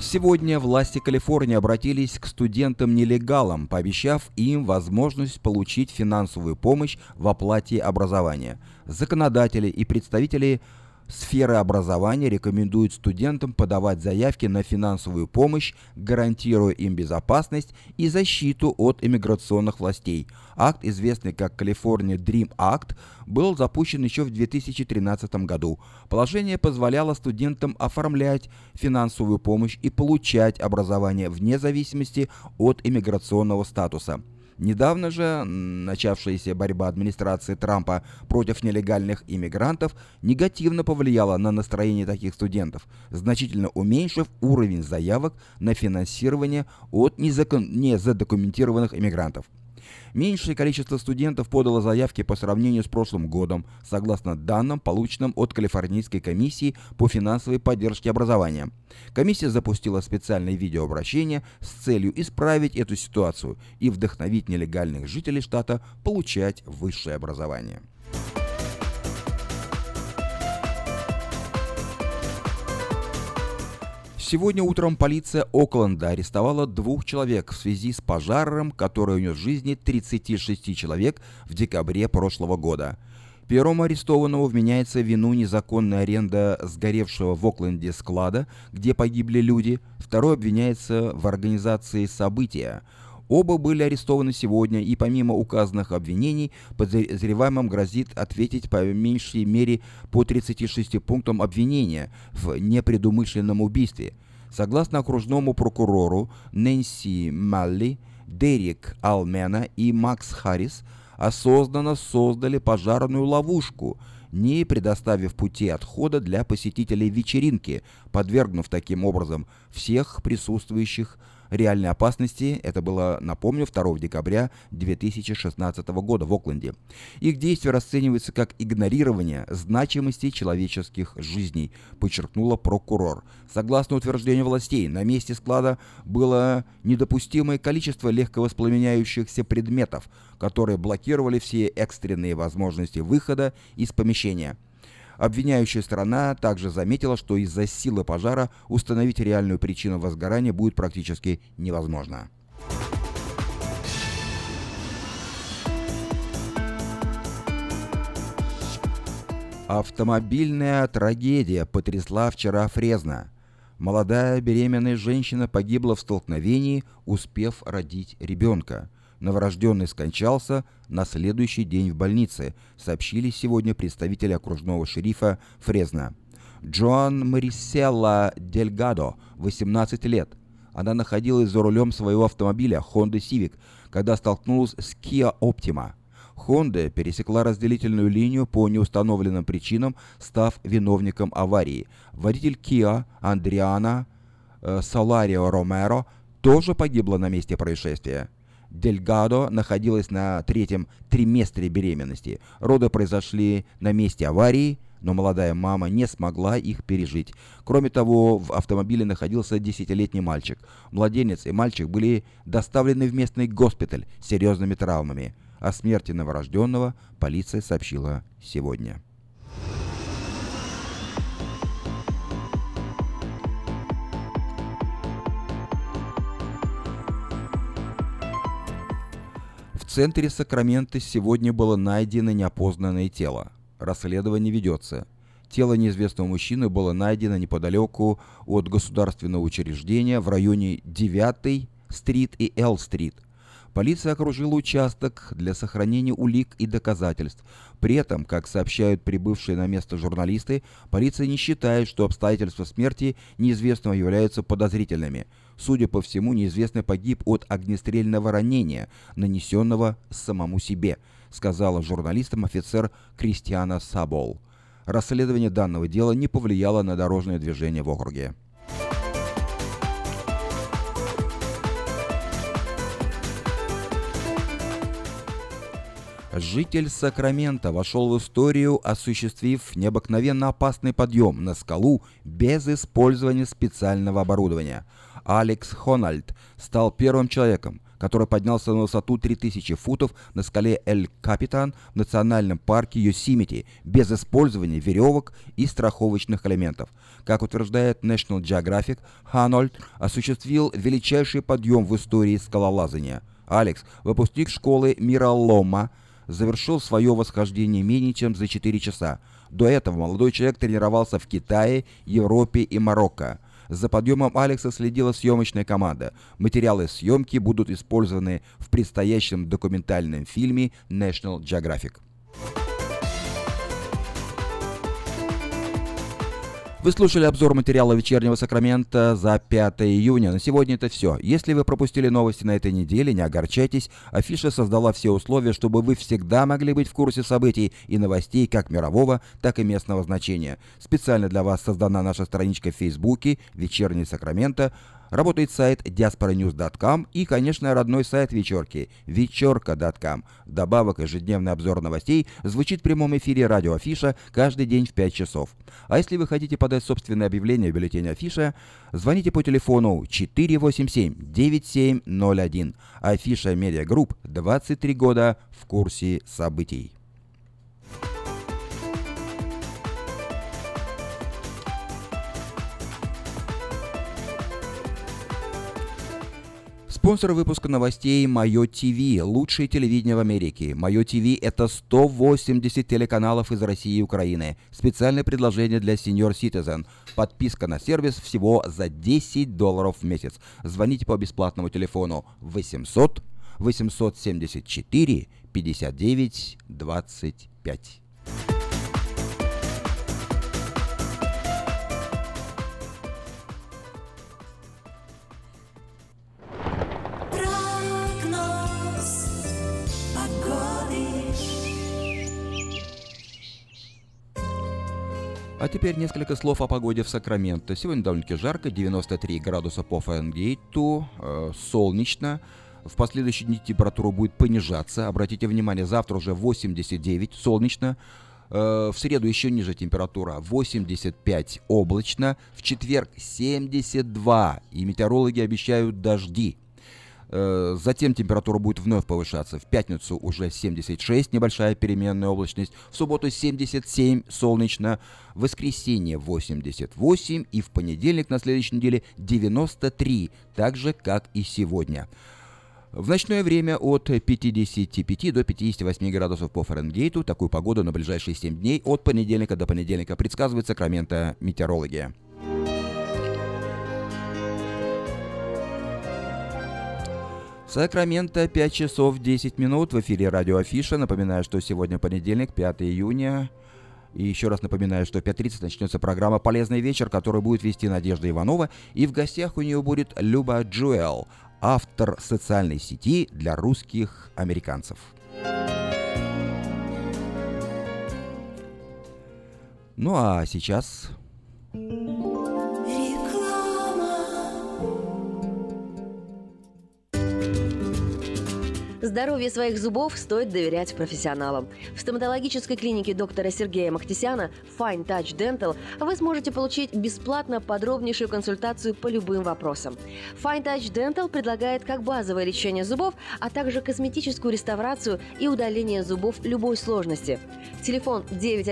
Сегодня власти Калифорнии обратились к студентам-нелегалам, пообещав им возможность получить финансовую помощь в оплате образования. Законодатели и представители сферы образования рекомендуют студентам подавать заявки на финансовую помощь, гарантируя им безопасность и защиту от иммиграционных властей. Акт, известный как California Dream Act, был запущен еще в 2013 году. Положение позволяло студентам оформлять финансовую помощь и получать образование вне зависимости от иммиграционного статуса. Недавно же начавшаяся борьба администрации Трампа против нелегальных иммигрантов негативно повлияла на настроение таких студентов, значительно уменьшив уровень заявок на финансирование от незадокументированных иммигрантов. Меньшее количество студентов подало заявки по сравнению с прошлым годом, согласно данным, полученным от Калифорнийской комиссии по финансовой поддержке образования. Комиссия запустила специальное видеообращение с целью исправить эту ситуацию и вдохновить нелегальных жителей штата получать высшее образование. Сегодня утром полиция Окленда арестовала 2 человек в связи с пожаром, который унес жизни 36 человек в декабре прошлого года. Первому арестованному вменяется в вину незаконная аренда сгоревшего в Окленде склада, где погибли люди. Второй обвиняется в организации события. Оба были арестованы сегодня, и помимо указанных обвинений, подозреваемым грозит ответить по меньшей мере по 36 пунктам обвинения в непредумышленном убийстве. Согласно окружному прокурору Нэнси Малли, Дерек Алмена и Макс Харрис осознанно создали пожарную ловушку, не предоставив пути отхода для посетителей вечеринки, подвергнув таким образом всех присутствующих реальной опасности. Это было, напомню, 2 декабря 2016 года в Окленде. Их действия расцениваются как игнорирование значимости человеческих жизней, подчеркнула прокурор. Согласно утверждению властей, на месте склада было недопустимое количество легковоспламеняющихся предметов, которые блокировали все экстренные возможности выхода из помещения. Обвиняющая сторона также заметила, что из-за силы пожара установить реальную причину возгорания будет практически невозможно. Автомобильная трагедия потрясла вчера Фресно. Молодая беременная женщина погибла в столкновении, успев родить ребенка. Новорожденный скончался на следующий день в больнице, сообщили сегодня представители окружного шерифа Фресно. Джоан Мариселла Дельгадо, 18 лет. Она находилась за рулем своего автомобиля Honda Civic, когда столкнулась с Kia Optima. Honda пересекла разделительную линию по неустановленным причинам, став виновником аварии. Водитель Kia Андриана Соларио Ромеро тоже погибла на месте происшествия. Дельгадо находилась на 3-м триместре беременности. Роды произошли на месте аварии, но молодая мама не смогла их пережить. Кроме того, в автомобиле находился 10-летний мальчик. Младенец и мальчик были доставлены в местный госпиталь с серьезными травмами. О смерти новорожденного полиция сообщила сегодня. В центре Сакраменто сегодня было найдено неопознанное тело. Расследование ведется. Тело неизвестного мужчины было найдено неподалеку от государственного учреждения в районе 9-й стрит и Л-стрит. Полиция окружила участок для сохранения улик и доказательств. При этом, как сообщают прибывшие на место журналисты, полиция не считает, что обстоятельства смерти неизвестного являются подозрительными. Судя по всему, неизвестный погиб от огнестрельного ранения, нанесенного самому себе, сказала журналистам офицер Кристиана Сабол. Расследование данного дела не повлияло на дорожное движение в округе. Житель Сакрамента вошел в историю, осуществив необыкновенно опасный подъем на скалу без использования специального оборудования. Алекс Хональд стал первым человеком, который поднялся на высоту 3000 футов на скале Эль-Капитан в национальном парке Йосемити без использования веревок и страховочных элементов. Как утверждает National Geographic, Ханольд осуществил величайший подъем в истории скалолазания. Алекс, выпускник школы Миралома, завершил свое восхождение менее чем за 4 часа. До этого молодой человек тренировался в Китае, Европе и Марокко. За подъемом Алекса следила съемочная команда. Материалы съемки будут использованы в предстоящем документальном фильме National Geographic. Вы слушали обзор материала «Вечернего Сакрамента» за 5 июня. На сегодня это все. Если вы пропустили новости на этой неделе, не огорчайтесь. Афиша создала все условия, чтобы вы всегда могли быть в курсе событий и новостей как мирового, так и местного значения. Специально для вас создана наша страничка в Фейсбуке «Вечерний Сакраменто». Работает сайт diasporanews.com и, конечно, родной сайт вечерки – вечерка.com. Вдобавок, ежедневный обзор новостей звучит в прямом эфире радио Афиша каждый день в 5 часов. А если вы хотите подать собственное объявление в бюллетене Афиша, звоните по телефону 487-9701. Афиша Медиа Групп, 23 года в курсе событий. Спонсор выпуска новостей Мое ТВ, лучшее телевидение в Америке. Мое ТВ – это 180 телеканалов из России и Украины. Специальное предложение для Senior Citizen. Подписка на сервис всего за $10 в месяц. Звоните по бесплатному телефону 800 874 59 25. А теперь несколько слов о погоде в Сакраменто. Сегодня довольно-таки жарко, 93 градуса по Фаренгейту, солнечно. В последующие дни температура будет понижаться. Обратите внимание, завтра уже 89, солнечно. В среду еще ниже температура, 85, облачно. В четверг 72, и метеорологи обещают дожди. Затем температура будет вновь повышаться. В пятницу уже 76, небольшая переменная облачность. В субботу 77, солнечно. В воскресенье 88 и в понедельник на следующей неделе 93, так же, как и сегодня. В ночное время от 55 до 58 градусов по Фаренгейту. Такую погоду на ближайшие 7 дней от понедельника до понедельника предсказывает Сакраменто метеорология. Сакраменто, 5 часов 10 минут, в эфире радио Афиша. Напоминаю, что сегодня понедельник, 5 июня. И еще раз напоминаю, что в 5:30 начнется программа «Полезный вечер», которую будет вести Надежда Иванова. И в гостях у нее будет Люба Джуэл, автор социальной сети для русских американцев. Ну а сейчас... Здоровье своих зубов стоит доверять профессионалам. В стоматологической клинике доктора Сергея Махтисяна Fine Touch Dental вы сможете получить бесплатно подробнейшую консультацию по любым вопросам. Fine Touch Dental предлагает как базовое лечение зубов, а также косметическую реставрацию и удаление зубов любой сложности. Телефон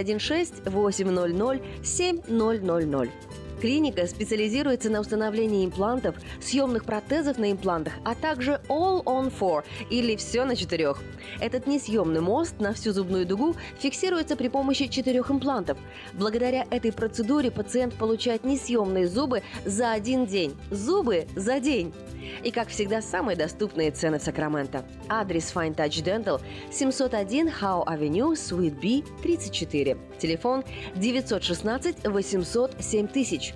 916-800-7000. Клиника специализируется на установлении имплантов, съемных протезов на имплантах, а также All on 4 или «Все на 4». Этот несъемный мост на всю зубную дугу фиксируется при помощи 4 имплантов. Благодаря этой процедуре пациент получает несъемные зубы за 1 день. Зубы за день! И, как всегда, самые доступные цены в Сакраменто. Адрес Fine Touch Dental 701 Howe Avenue, Suite B, 34. Телефон 916-800-7000.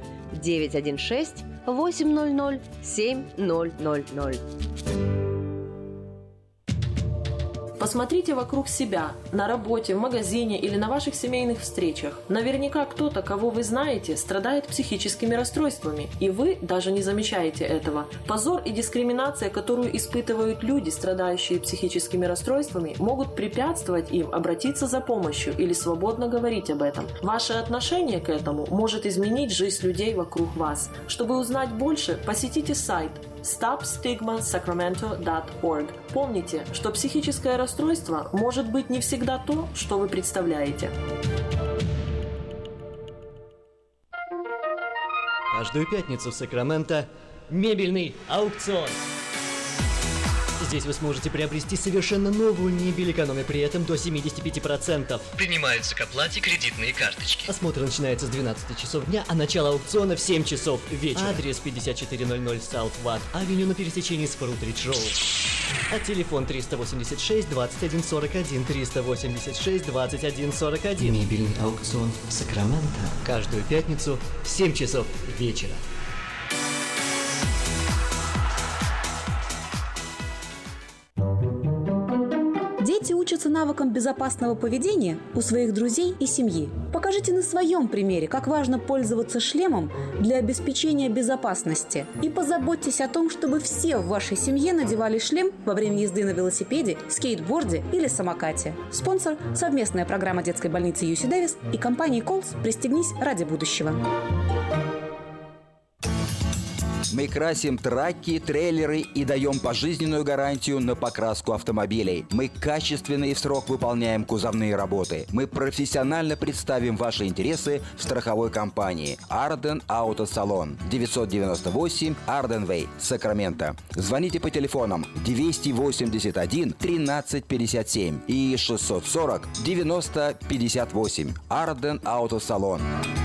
916-800-7000. Посмотрите вокруг себя, на работе, в магазине или на ваших семейных встречах. Наверняка кто-то, кого вы знаете, страдает психическими расстройствами, и вы даже не замечаете этого. Позор и дискриминация, которую испытывают люди, страдающие психическими расстройствами, могут препятствовать им обратиться за помощью или свободно говорить об этом. Ваше отношение к этому может изменить жизнь людей вокруг вас. Чтобы узнать больше, посетите сайт stopstigmasacramento.org. Помните, что психическое расстройство может быть не всегда то, что вы представляете. Каждую пятницу в Сакраменто мебельный аукцион. Здесь вы сможете приобрести совершенно новую мебель, экономя при этом до 75%. Принимаются к оплате кредитные карточки. Осмотр начинается с 12 часов дня, а начало аукциона в 7 часов вечера. Адрес 5400 South Watt Avenue на пересечении с Фрутридж Роуд. А телефон 386-2141, 386-2141. Мебельный аукцион Сакраменто. Каждую пятницу в 7 часов вечера. Дети учатся навыкам безопасного поведения у своих друзей и семьи. Покажите на своем примере, как важно пользоваться шлемом для обеспечения безопасности. И позаботьтесь о том, чтобы все в вашей семье надевали шлем во время езды на велосипеде, скейтборде или самокате. Спонсор – совместная программа детской больницы UC Дэвис и компании Колс «Пристегнись ради будущего». Мы красим траки, трейлеры и даем пожизненную гарантию на покраску автомобилей. Мы качественно и в срок выполняем кузовные работы. Мы профессионально представим ваши интересы в страховой компании Арден Автосалон, 998 Арден Вей, Сакраменто. Звоните по телефонам 281 13 57 и 640 90 58. Арден Автосалон.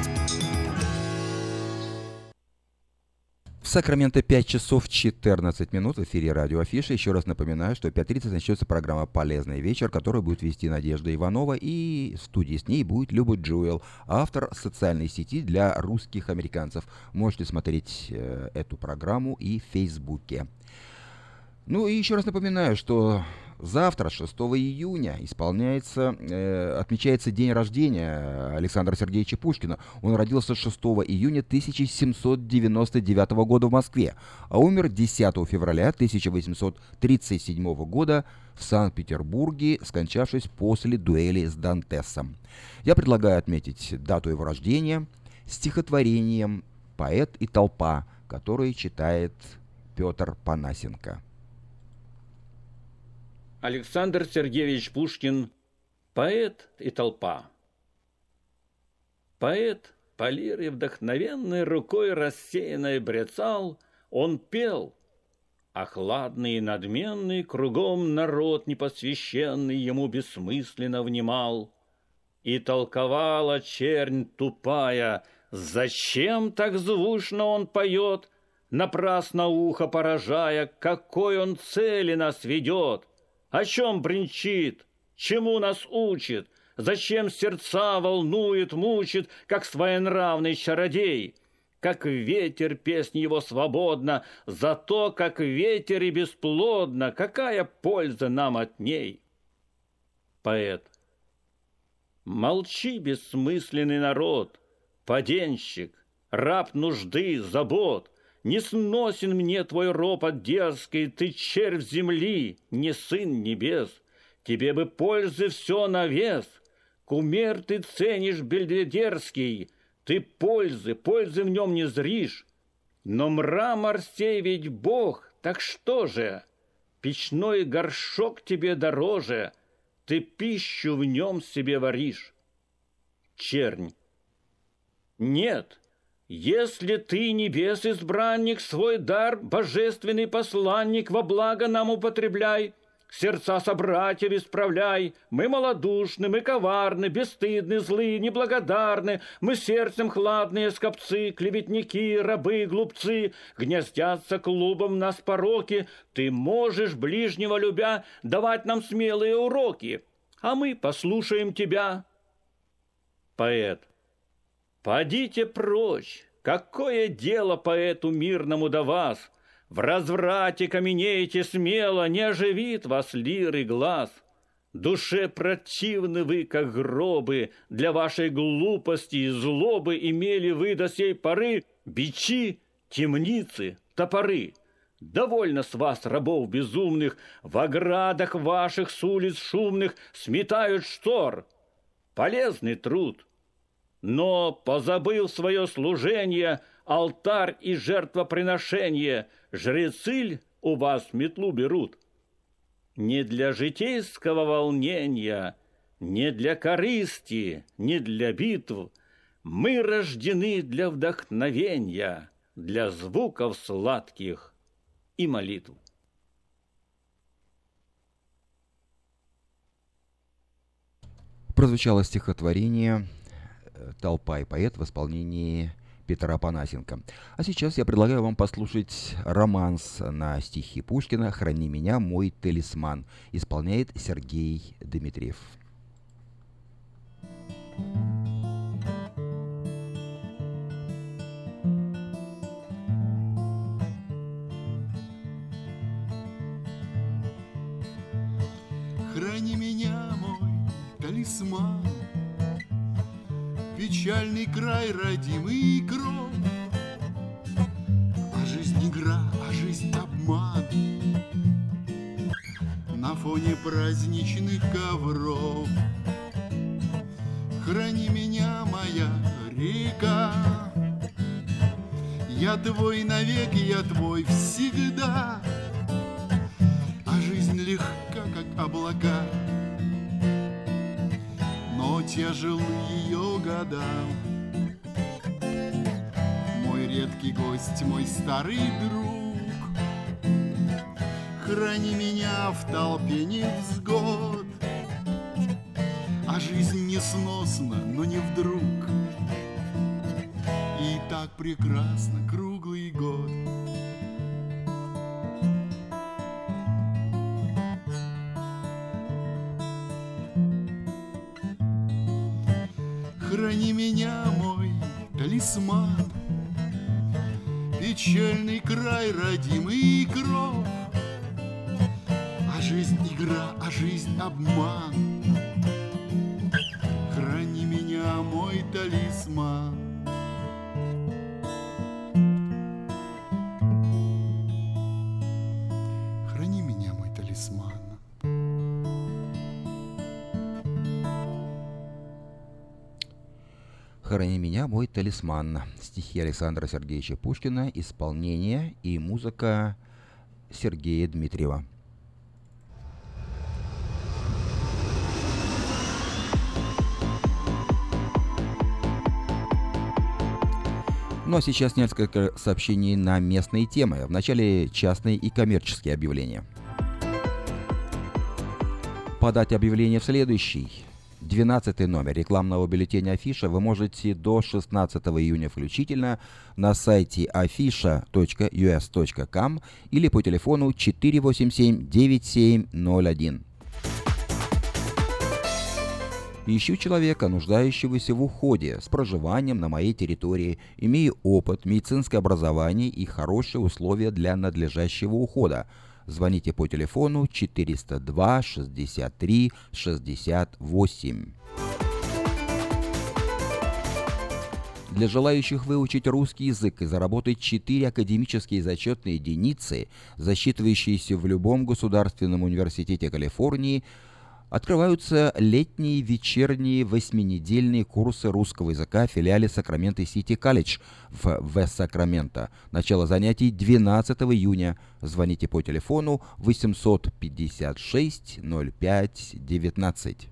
В Сакраменто 5 часов 14 минут в эфире радио Афиша. Еще раз напоминаю, что в 5:30 начнется программа «Полезный вечер», которую будет вести Надежда Иванова, и в студии с ней будет Люба Джуэл, автор социальной сети для русских американцев. Можете смотреть эту программу и в Фейсбуке. Ну и еще раз напоминаю, что завтра, 6 июня, отмечается день рождения Александра Сергеевича Пушкина. Он родился 6 июня 1799 года в Москве, а умер 10 февраля 1837 года в Санкт-Петербурге, скончавшись после дуэли с Дантесом. Я предлагаю отметить дату его рождения стихотворением «Поэт и толпа», которое читает Петр Панасенко. Александр Сергеевич Пушкин. Поэт и толпа. Поэт, по лире вдохновенной рукой рассеянной брецал, он пел, а хладный и надменный кругом народ непосвященный ему бессмысленно внимал. И толковала чернь тупая, зачем так звучно он поет, напрасно ухо поражая, какой он цели нас ведет. О чем бренчит, чему нас учит, зачем сердца волнует, мучит, как своенравный чародей? Как ветер песнь его свободна, зато как ветер и бесплодна, какая польза нам от ней? Поэт. Молчи, бессмысленный народ, поденщик, раб нужды, забот. Не сносен мне твой ропот дерзкий, ты червь земли, не сын небес. Тебе бы пользы все навес, кумир ты ценишь бельведерский, ты пользы в нем не зришь. Но мрамор сей ведь Бог, так что же? Печной горшок тебе дороже, ты пищу в нем себе варишь. Чернь. Нет. Если ты, небес избранник, свой дар, божественный посланник, во благо нам употребляй, сердца собратьев исправляй. Мы малодушны, мы коварны, бесстыдны, злы, неблагодарны, мы сердцем хладные скопцы, клеветники, рабы, глупцы, гнездятся клубом нас пороки. Ты можешь, ближнего любя, давать нам смелые уроки, а мы послушаем тебя. Поэт. Подите прочь, какое дело поэту мирному до вас? В разврате каменеете смело, не оживит вас лиры глаз. Душе противны вы, как гробы, для вашей глупости и злобы имели вы до сей поры бичи, темницы, топоры. Довольно с вас, рабов безумных, в оградах ваших с улиц шумных сметают штор. Полезный труд. Но, позабыв свое служение, алтарь и жертвоприношение, жрецы у вас метлу берут. Не для житейского волнения, не для корысти, не для битв. Мы рождены для вдохновения, для звуков сладких и молитв. Прозвучало стихотворение «Толпа и поэт» в исполнении Петра Апанасенко. А сейчас я предлагаю вам послушать романс на стихи Пушкина «Храни меня, мой талисман». Исполняет Сергей Дмитриев. Храни меня, мой талисман, печальный край, родимый кров. А жизнь игра, а жизнь обман на фоне праздничных ковров. Храни меня, моя река, я твой навек, я твой всегда. А жизнь легка, как облака, но тяжел ее года. Мой редкий гость, мой старый друг, храни меня в толпе невзгод. А жизнь несносна, но не вдруг, и так прекрасно круглый год. Храни меня, мой талисман, печальный край, родимый кров. А жизнь игра, а жизнь обман. Храни меня, мой талисман. Храни меня, мой талисман. «Храни меня, мой талисман». Стихи Александра Сергеевича Пушкина, исполнение и музыка Сергея Дмитриева. Ну а сейчас несколько сообщений на местные темы. Вначале частные и коммерческие объявления. Подать объявление в следующий 12 номер рекламного бюллетеня «Афиша» вы можете до 16 июня включительно на сайте afisha.us.com или по телефону 487-9701. Ищу человека, нуждающегося в уходе, с проживанием на моей территории, имея опыт, медицинское образование и хорошие условия для надлежащего ухода. Звоните по телефону 402 63 68. Для желающих выучить русский язык и заработать 4 академические зачетные единицы, засчитывающиеся в любом государственном университете Калифорнии, открываются летние вечерние 8-недельные курсы русского языка в филиале Сакраменто Сити Колледж в Вест-Сакраменто. Начало занятий 12 июня. Звоните по телефону 856 05 19.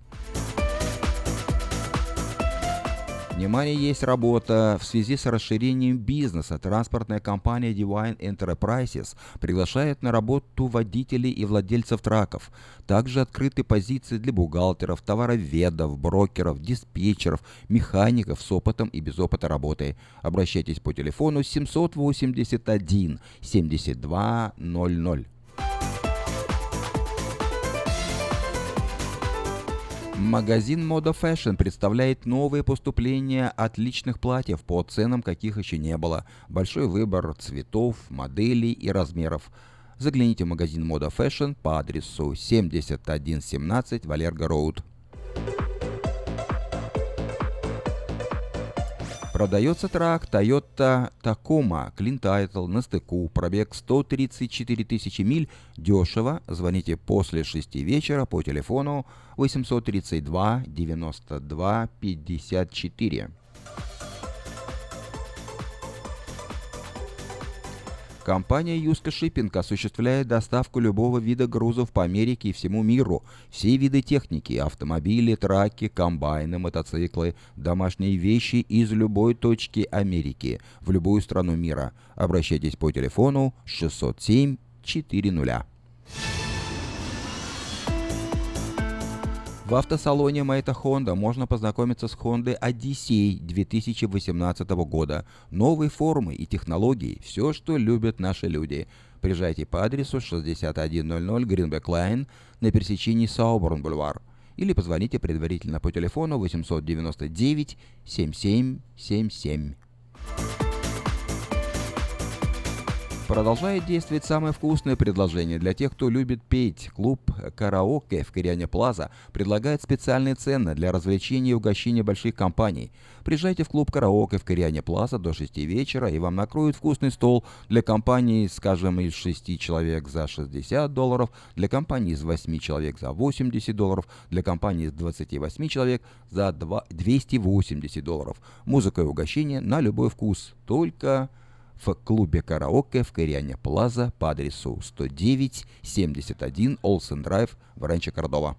Внимание, есть работа. В связи с расширением бизнеса транспортная компания Divine Enterprises приглашает на работу водителей и владельцев траков. Также открыты позиции для бухгалтеров, товароведов, брокеров, диспетчеров, механиков с опытом и без опыта работы. Обращайтесь по телефону 781 72 00. Магазин Moda Fashion представляет новые поступления отличных платьев по ценам, каких еще не было. Большой выбор цветов, моделей и размеров. Загляните в магазин Moda Fashion по адресу 7117 Валерго Роуд. Продается трак Toyota Tacoma Clean Title на стыку, пробег 134 тысячи миль, дешево. Звоните после 6 вечера по телефону 832 92 54. Компания Юска Шиппинг осуществляет доставку любого вида грузов по Америке и всему миру. Все виды техники – автомобили, траки, комбайны, мотоциклы, домашние вещи из любой точки Америки в любую страну мира. Обращайтесь по телефону 607 400. В автосалоне Мэйта Хонда можно познакомиться с Honda Odyssey 2018 года. Новые формы и технологии – все, что любят наши люди. Приезжайте по адресу 6100 Greenback Lane на пересечении Сауборн-Бульвар. Или позвоните предварительно по телефону 899 7777. Продолжает действовать самое вкусное предложение для тех, кто любит петь. Клуб «Караоке» в Кориане Плаза предлагает специальные цены для развлечений и угощения больших компаний. Приезжайте в клуб «Караоке» в Кориане Плаза до 6 вечера, и вам накроют вкусный стол для компании, скажем, из 6 человек за $60, для компании из 8 человек за $80, для компании из 28 человек за $280. Музыка и угощение на любой вкус. Только в клубе «Караоке» в Кориане Плаза по адресу 109-71 Олсен Драйв в Ранчо Кордова.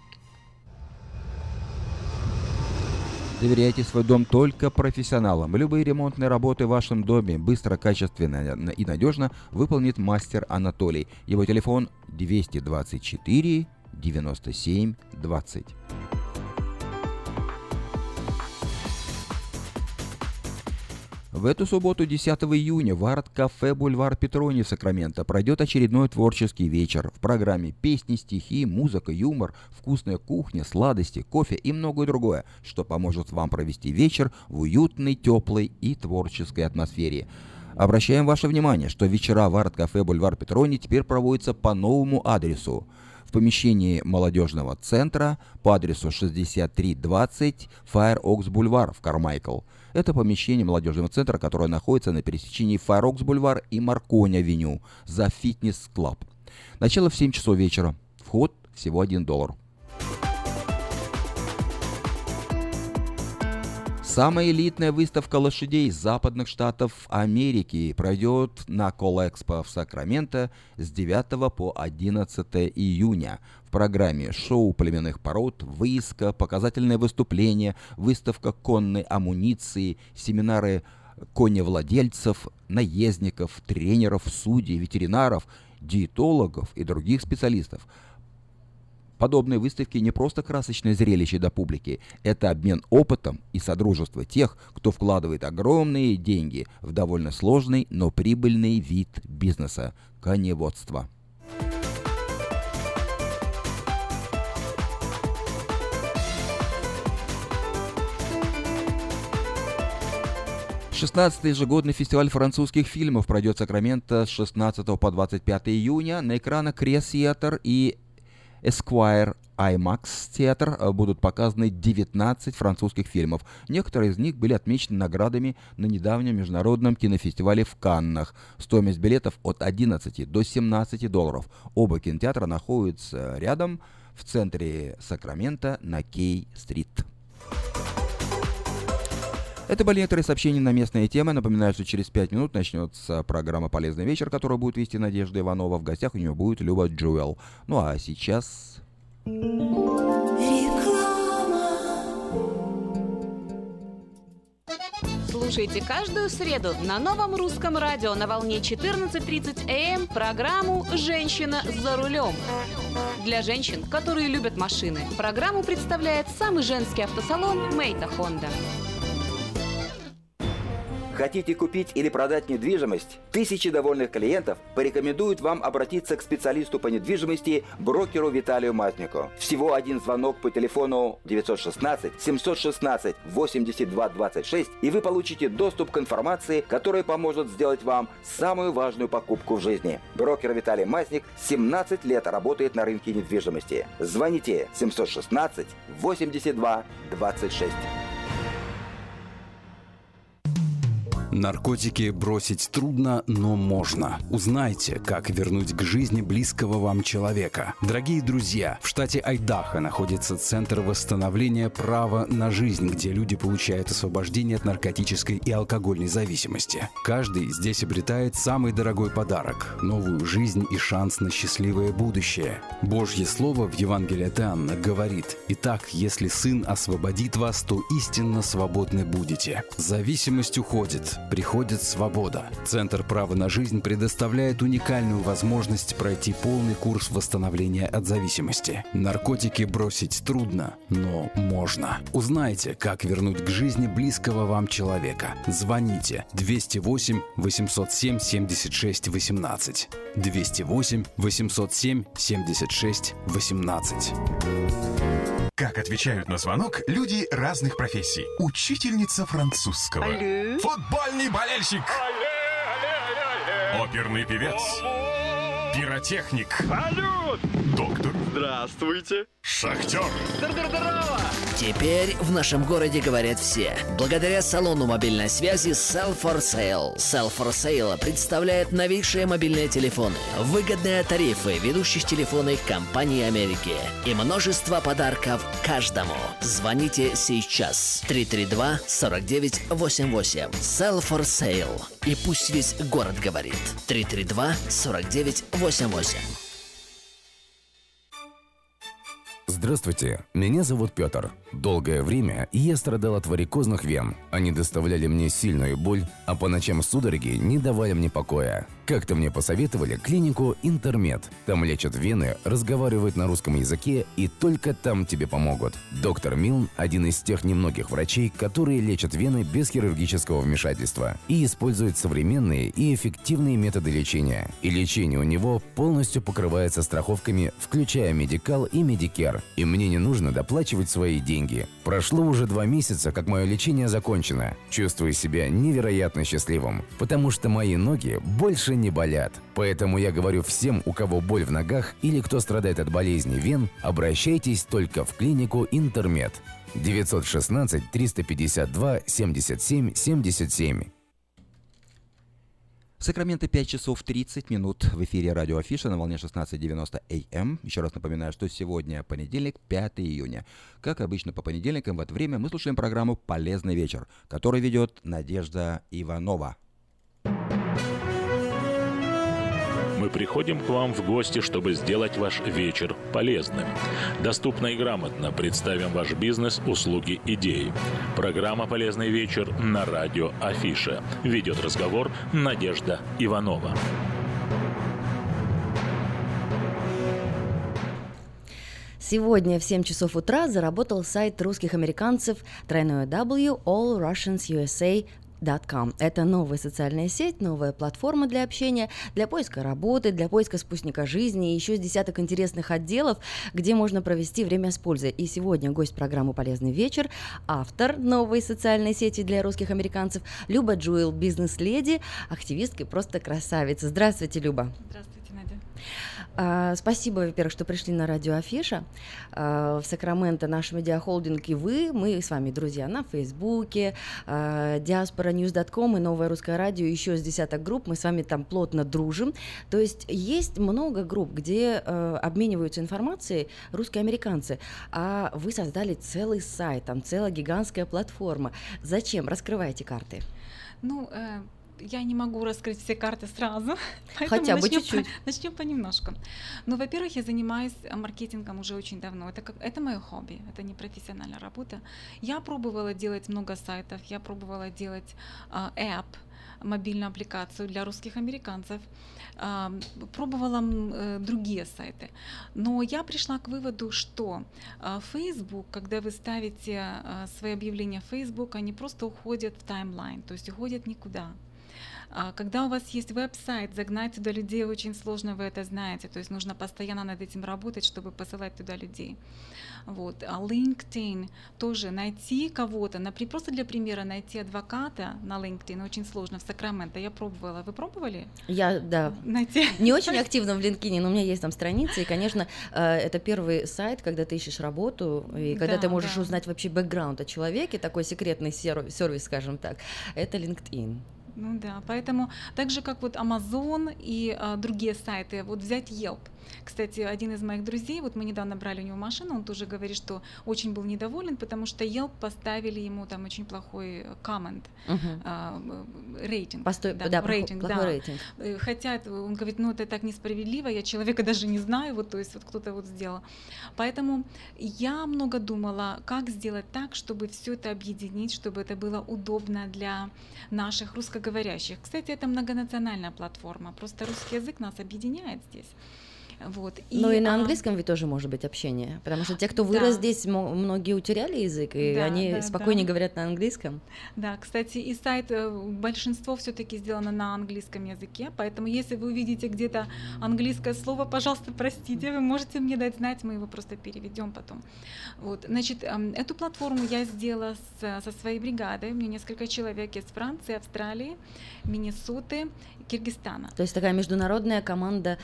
Доверяйте свой дом только профессионалам. Любые ремонтные работы в вашем доме быстро, качественно и надежно выполнит мастер Анатолий. Его телефон 224 97 20. В эту субботу, 10 июня, в арт-кафе «Бульвар Петрони» в Сакраменто пройдет очередной творческий вечер. В программе песни, стихи, музыка, юмор, вкусная кухня, сладости, кофе и многое другое, что поможет вам провести вечер в уютной, теплой и творческой атмосфере. Обращаем ваше внимание, что вечера в арт-кафе «Бульвар Петрони» теперь проводятся по новому адресу. В помещении молодежного центра по адресу 6320 Fire Oaks Boulevard в Кармайкл. Это помещение молодежного центра, которое находится на пересечении Fire Oaks Boulevard и Маркони-авеню за фитнес-клаб. Начало в 7 часов вечера. Вход всего $1. Самая элитная выставка лошадей западных штатов Америки пройдет на Колэкспо в Сакраменто с 9 по 11 июня. В программе шоу племенных пород, выездка, показательные выступления, выставка конной амуниции, семинары коневладельцев, наездников, тренеров, судей, ветеринаров, диетологов и других специалистов. Подобные выставки не просто красочное зрелище для публики, это обмен опытом и содружество тех, кто вкладывает огромные деньги в довольно сложный, но прибыльный вид бизнеса – коневодство. Шестнадцатый ежегодный фестиваль французских фильмов пройдет в Сакраменто с 16 по 25 июня. На экранах Крес Театр и Esquire IMAX театр будут показаны 19 французских фильмов. Некоторые из них были отмечены наградами на недавнем международном кинофестивале в Каннах. Стоимость билетов от $11 до $17. Оба кинотеатра находятся рядом в центре Сакраменто на Кей-стрит. Это были некоторые сообщения на местные темы. Напоминаю, что через 5 минут начнется программа «Полезный вечер», которую будет вести Надежда Иванова. В гостях у нее будет Люба Джуэл. Ну а сейчас... Слушайте каждую среду на Новом русском радио на волне 14:30 АМ программу «Женщина за рулем». Для женщин, которые любят машины, программу представляет самый женский автосалон «Мэйта Хонда». Хотите купить или продать недвижимость? Тысячи довольных клиентов порекомендуют вам обратиться к специалисту по недвижимости, брокеру Виталию Мазнику. Всего один звонок по телефону 916-716-8226, и вы получите доступ к информации, которая поможет сделать вам самую важную покупку в жизни. Брокер Виталий Мазник 17 лет работает на рынке недвижимости. Звоните 716-8226. Наркотики бросить трудно, но можно. Узнайте, как вернуть к жизни близкого вам человека. Дорогие друзья, в штате Айдахо находится Центр восстановления права на жизнь, где люди получают освобождение от наркотической и алкогольной зависимости. Каждый здесь обретает самый дорогой подарок – новую жизнь и шанс на счастливое будущее. Божье Слово в Евангелии от Иоанна говорит: «Итак, если Сын освободит вас, то истинно свободны будете». Зависимость уходит. Приходит свобода. Центр права на жизнь предоставляет уникальную возможность пройти полный курс восстановления от зависимости. Наркотики бросить трудно, но можно. Узнайте, как вернуть к жизни близкого вам человека. Звоните 208 807 76 18. 208 807 76 18. Как отвечают на звонок люди разных профессий. Учительница французского. Алле. Футбольный болельщик. Алле. Оперный певец. Пиротехник. Салют. Доктор. Здравствуйте. Шахтер. Здорово. Теперь в нашем городе говорят все. Благодаря салону мобильной связи Sell for Sale. Sell for Sale представляет новейшие мобильные телефоны, выгодные тарифы ведущих телефонных компаний Америки и множество подарков каждому. Звоните сейчас. 332-4988. Sell for Sale. И пусть весь город говорит. 332-4988. Здравствуйте, меня зовут Петр. Долгое время я страдал от варикозных вен. Они доставляли мне сильную боль, а по ночам судороги не давали мне покоя. Как-то мне посоветовали клинику «Интермед». Там лечат вены, разговаривают на русском языке и только там тебе помогут. Доктор Милн – один из тех немногих врачей, которые лечат вены без хирургического вмешательства и используют современные и эффективные методы лечения. И лечение у него полностью покрывается страховками, включая Медикал и Медикер. И мне не нужно доплачивать свои деньги. Прошло уже 2 месяца, как мое лечение закончено. Чувствую себя невероятно счастливым, потому что мои ноги больше не болят. Поэтому я говорю всем, у кого боль в ногах или кто страдает от болезни вен, обращайтесь только в клинику «Интермед». 916-352-77-77. Сакраменто 5 часов 30 минут в эфире радио Афиша на волне 16:90 АМ. Еще раз напоминаю, что сегодня понедельник, 5 июня. Как обычно по понедельникам в это время мы слушаем программу «Полезный вечер», которую ведет Надежда Иванова. Мы приходим к вам в гости, чтобы сделать ваш вечер полезным. Доступно и грамотно представим ваш бизнес, услуги, идеи. Программа «Полезный вечер» на радио Афиша. Ведет разговор Надежда Иванова. Сегодня в 7 часов утра заработал сайт русских американцев www.allrussiansusa.com. Это новая социальная сеть, новая платформа для общения, для поиска работы, для поиска спутника жизни и еще с десяток интересных отделов, где можно провести время с пользой. И сегодня гость программы «Полезный вечер», автор новой социальной сети для русских американцев Люба Джуэл, бизнес-леди, активистка и просто красавица. Здравствуйте, Люба. Здравствуйте, Надя. Спасибо, во-первых, что пришли на радио Афиша. В Сакраменто наш медиахолдинг и мы с вами друзья на Фейсбуке, diasporanews.com и Новое Русское Радио, еще с десяток групп, мы с вами там плотно дружим. То есть есть много групп, где обмениваются информацией русские американцы, а вы создали целый сайт, там целая гигантская платформа. Зачем? Раскрывайте карты. Я не могу раскрыть все карты сразу, хотя бы чуть-чуть. Начнем понемножку. Во-первых, я занимаюсь маркетингом уже очень давно. Это мое хобби, это не профессиональная работа. Я пробовала делать много сайтов, я пробовала делать мобильную аппликацию для русских американцев, пробовала другие сайты. Но я пришла к выводу, что Facebook, когда вы ставите свои объявления в Facebook, они просто уходят в таймлайн, то есть уходят никуда. Когда у вас есть веб-сайт, загнать туда людей очень сложно, вы это знаете. То есть нужно постоянно над этим работать, чтобы посылать туда людей. Вот. А LinkedIn тоже найти кого-то, просто для примера, найти адвоката на LinkedIn очень сложно в Сакраменто. Я пробовала. Вы пробовали? Я, да. Найти? Не очень активно в LinkedIn, но у меня есть там страницы, и, конечно, это первый сайт, когда ты ищешь работу, и когда ты можешь узнать вообще бэкграунд о человеке, такой секретный сервис, скажем так, это LinkedIn. Ну да, поэтому так же, как вот Amazon и другие сайты, вот взять Yelp. Кстати, один из моих друзей, вот мы недавно брали у него машину, он тоже говорит, что очень был недоволен, потому что Yelp поставили ему там очень плохой коммент, рейтинг. Рейтинг, плохой рейтинг. Хотя он говорит, ну это так несправедливо, я человека даже не знаю, вот, то есть вот кто-то вот сделал. Поэтому я много думала, как сделать так, чтобы все это объединить, чтобы это было удобно для наших русскоговорящих. Кстати, это многонациональная платформа, просто русский язык нас объединяет здесь. Вот. Но и на английском ведь тоже может быть общение, потому что те, кто вырос здесь, многие утеряли язык, и они спокойнее говорят на английском. Да, кстати, и сайт, большинство все-таки сделано на английском языке, поэтому если вы увидите где-то английское слово, пожалуйста, простите, вы можете мне дать знать, мы его просто переведем потом. Вот. Значит, эту платформу я сделала со своей бригадой, у меня несколько человек из Франции, Австралии, Миннесоты, Киргизстана. То есть такая международная команда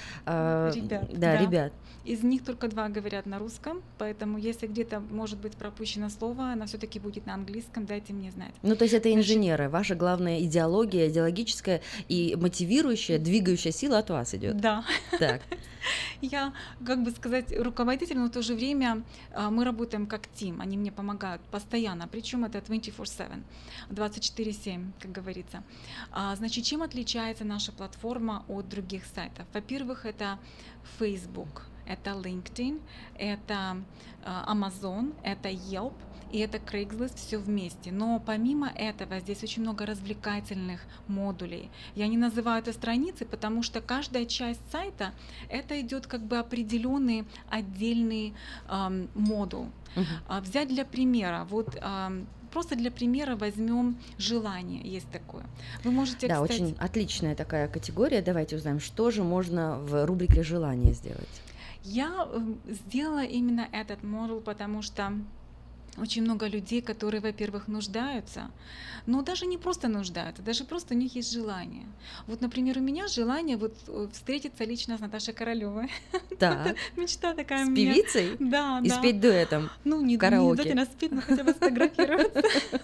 ребят. Из них только 2 говорят на русском, поэтому если где-то может быть пропущено слово, оно все-таки будет на английском, дайте мне знать. Ну, то есть это инженеры, ваша главная идеология, идеологическая и мотивирующая, двигающая сила от вас идет. Да. Так. Я, как бы сказать, руководитель, но в то же время мы работаем как тим, они мне помогают постоянно, причем это 24/7, 24/7, как говорится. Значит, чем отличается наша платформа от других сайтов? Во-первых, это Facebook, это LinkedIn, это Amazon, это Yelp, и это Craigslist, все вместе. Но помимо этого здесь очень много развлекательных модулей. Я не называю это страницы, потому что каждая часть сайта это идет как бы определенный отдельный модуль. Взять для примера, вот просто для примера возьмем желание, есть такое. Вы можете, да, кстати... очень отличная такая категория. Давайте узнаем, что же можно в рубрике «Желание» сделать. Я сделала именно этот модуль, потому что очень много людей, которые, во-первых, нуждаются, но даже не просто нуждаются, даже просто у них есть желание. Вот, например, у меня желание вот встретиться лично с Наташей Королёвой. Так. Мечта такая с у меня. С певицей? Да, и спеть дуэтом в караоке? Не обязательно спеть, но хотя бы сфотографироваться.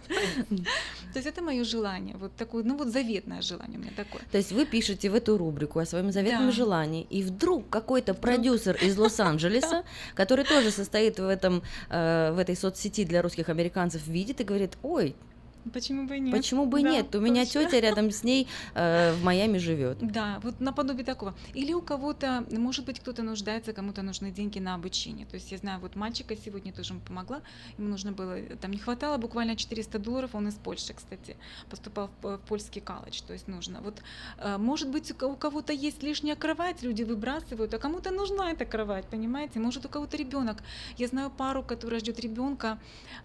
То есть это мое желание, вот такое, ну вот заветное желание у меня такое. То есть вы пишете в эту рубрику о своем заветном желании, и вдруг какой-то продюсер из Лос-Анджелеса, который тоже состоит в этой соцсети для русских американцев, видит и говорит: ой, почему бы нет? Почему бы нет? У меня тетя рядом с ней в Майами живет. Да, вот наподобие такого. Или у кого-то, может быть, кто-то нуждается, кому-то нужны деньги на обучение. То есть я знаю, вот мальчика сегодня тоже ему помогла, ему нужно было, там не хватало буквально $400, он из Польши, кстати, поступал в польский колледж, то есть нужно. Вот, может быть, у кого-то есть лишняя кровать, люди выбрасывают, а кому-то нужна эта кровать, понимаете? Может, у кого-то ребенок. Я знаю пару, которая ждет ребенка,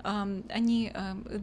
они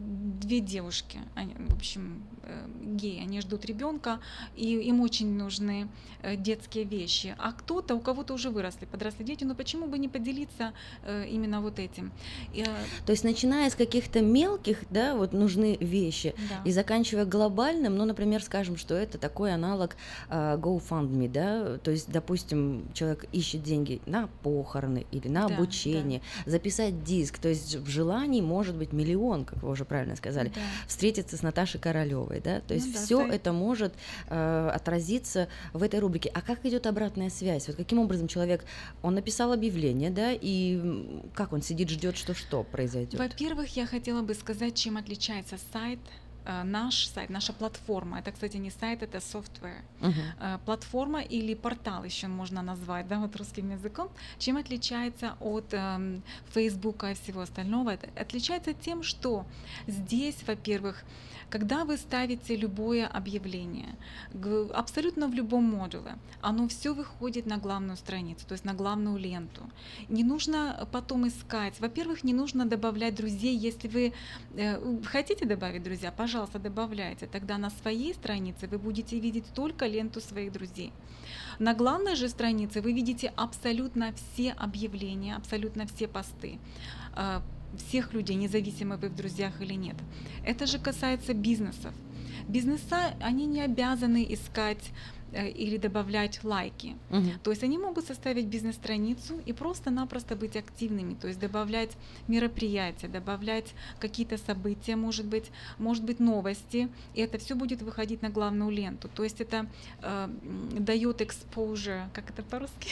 2 девушки, они, в общем, геи, они ждут ребенка, и им очень нужны детские вещи. А у кого-то уже подросли дети, но почему бы не поделиться именно вот этим? То есть, начиная с каких-то мелких, да, вот нужны вещи, да, и заканчивая глобальным, ну, например, скажем, что это такой аналог GoFundMe, да, то есть, допустим, человек ищет деньги на похороны или на обучение, записать диск, то есть в желании может быть миллион, как вы уже правильно сказали, встретиться с Наташей Королёвой, да, то есть все это может отразиться в этой рубрике. А как идет обратная связь? Вот каким образом человек, он написал объявление, да, и как он сидит, ждет, что произойдет? Во-первых, я хотела бы сказать, чем отличается сайт, наш сайт, наша платформа. Это, кстати, не сайт, это software. Платформа или портал еще можно назвать, да, вот русским языком. Чем отличается от Фейсбука и всего остального? Это отличается тем, что здесь, во-первых, когда вы ставите любое объявление, абсолютно в любом модуле, оно все выходит на главную страницу, то есть на главную ленту. Не нужно потом искать. Во-первых, не нужно добавлять друзей. Если вы хотите добавить друзья, пожалуйста, добавляйте. Тогда на своей странице вы будете видеть только ленту своих друзей. На главной же странице вы видите абсолютно все объявления, абсолютно все посты всех людей, независимо вы в друзьях или нет. Это же касается бизнесов. Бизнеса, они не обязаны искать или добавлять лайки. То есть они могут составить бизнес-страницу и просто-напросто быть активными, то есть добавлять мероприятия, добавлять какие-то события, может быть новости, и это все будет выходить на главную ленту. То есть это дает exposure, как это по-русски?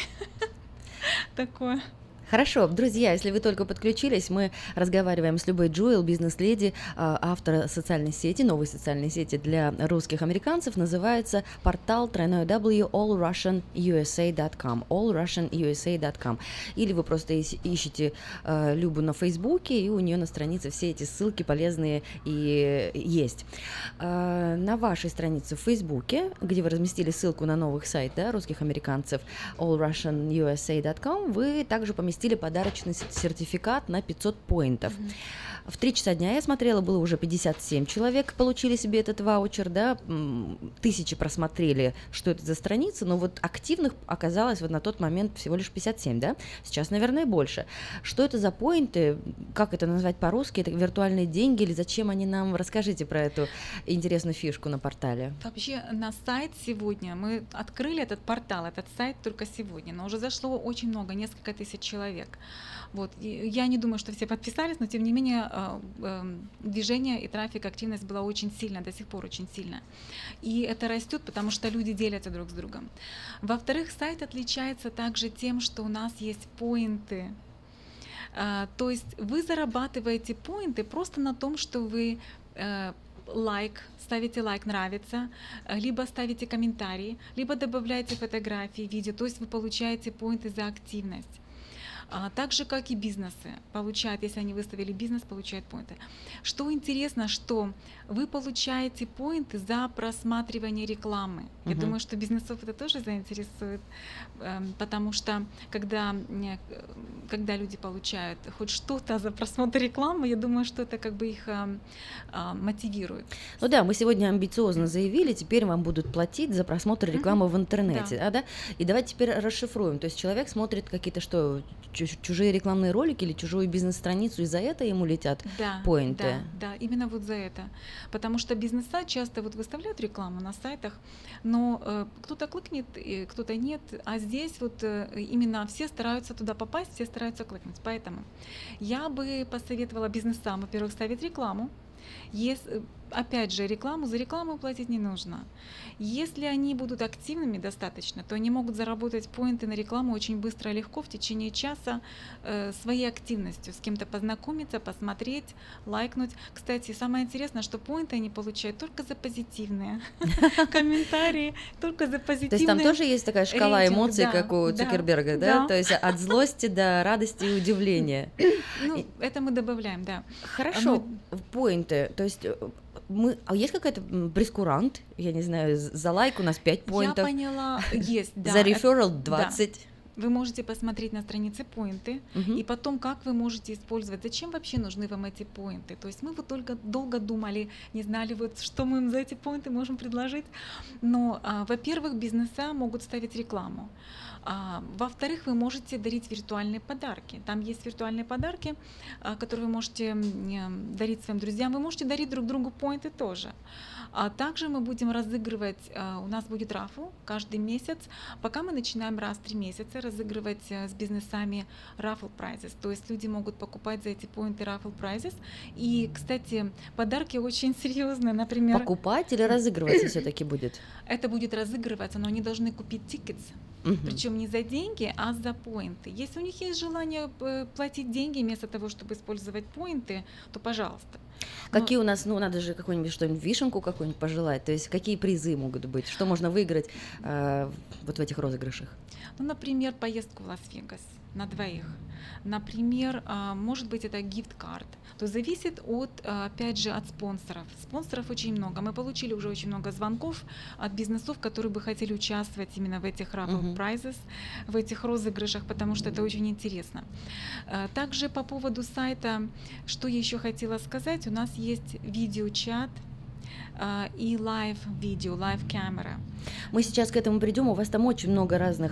Такое. Хорошо, друзья, если вы только подключились, мы разговариваем с Любой Джоэл, бизнес-леди, автора социальной сети, новой социальной сети для русских американцев, называется портал www.allrussianusa.com, allrussianusa.com. Или вы просто ищете Любу на Фейсбуке, и у нее на странице все эти ссылки полезные и есть. На вашей странице в Фейсбуке, где вы разместили ссылку на новый сайт, да, русских американцев, allrussianusa.com, вы также поместили подарочный сертификат на 500 поинтов. В 3 часа дня я смотрела, было уже 57 человек, получили себе этот ваучер, да, 1000 просмотрели, что это за страница, но вот активных оказалось вот на тот момент всего лишь 57, да, сейчас, наверное, больше. Что это за поинты, как это назвать по-русски, это виртуальные деньги или зачем они нам? Расскажите про эту интересную фишку на портале. Вообще на сайт сегодня, мы открыли этот портал, этот сайт только сегодня, но уже зашло очень много, несколько тысяч человек. Вот. Я не думаю, что все подписались, но тем не менее движение и трафик, активность была очень сильна, до сих пор очень сильна. И это растет, потому что люди делятся друг с другом. Во-вторых, сайт отличается также тем, что у нас есть поинты. То есть вы зарабатываете поинты просто на том, что вы ставите лайк, нравится, либо ставите комментарии, либо добавляете фотографии, видео, то есть вы получаете поинты за активность. Так же, как и бизнесы получают, если они выставили бизнес, получают поинты. Что интересно, что вы получаете поинты за просматривание рекламы. Я думаю, что бизнесов это тоже заинтересует, потому что когда люди получают хоть что-то за просмотр рекламы, я думаю, что это как бы их мотивирует. Ну да, мы сегодня амбициозно заявили, теперь вам будут платить за просмотр рекламы в интернете. Да. И давайте теперь расшифруем. То есть человек смотрит какие-то чужие рекламные ролики или чужую бизнес-страницу, и за это ему летят поинты. Да, именно вот за это. Потому что бизнеса часто вот выставляют рекламу на сайтах, но кто-то кликнет, кто-то нет, а здесь вот именно все стараются туда попасть, все стараются кликнуть. Поэтому я бы посоветовала бизнесам, во-первых, ставить рекламу. Опять же, за рекламу платить не нужно. Если они будут активными достаточно, то они могут заработать поинты на рекламу очень быстро и легко в течение часа своей активностью, с кем-то познакомиться, посмотреть, лайкнуть. Кстати, самое интересное, что поинты они получают только за позитивные комментарии, только за позитивные. То есть там тоже есть такая шкала эмоций, как у Цукерберга, да? То есть от злости до радости и удивления. Ну, это мы добавляем, да. Хорошо, поинты, то есть есть какой-то прескурант, я не знаю, за лайк у нас 5 поинтов. Я поняла, есть, да. За реферал 20. Да. Вы можете посмотреть на странице поинты, и потом, как вы можете использовать, зачем вообще нужны вам эти поинты. То есть мы вот только долго думали, не знали, вот, что мы им за эти поинты можем предложить. Но, во-первых, бизнеса могут ставить рекламу. Во-вторых, вы можете дарить виртуальные подарки. Там есть виртуальные подарки, которые вы можете дарить своим друзьям. Вы можете дарить друг другу поинты тоже. А также мы будем разыгрывать, у нас будет рафл каждый месяц, пока мы начинаем раз в 3 месяца разыгрывать с бизнесами raffle prizes. То есть люди могут покупать за эти поинты raffle prizes. И, кстати, подарки очень серьезные, например... Покупать или разыгрываться все-таки будет? Это будет разыгрываться, но они должны купить tickets. Причем не за деньги, а за поинты. Если у них есть желание платить деньги вместо того, чтобы использовать поинты, то пожалуйста. Какие у нас, надо же какую-нибудь что-нибудь, вишенку какую-нибудь пожелать, то есть какие призы могут быть, что можно выиграть вот в этих розыгрышах? Например, поездку в Лас-Вегас на 2. Например, может быть, это гифт-карт. То зависит опять же, от спонсоров. Спонсоров очень много. Мы получили уже очень много звонков от бизнесов, которые бы хотели участвовать именно в этих raffle prizes, в этих розыгрышах, потому что это очень интересно. Также по поводу сайта, что я еще хотела сказать, у нас есть видеочат и лайв-видео, лайв-камера. Мы сейчас к этому придем. У вас там очень много разных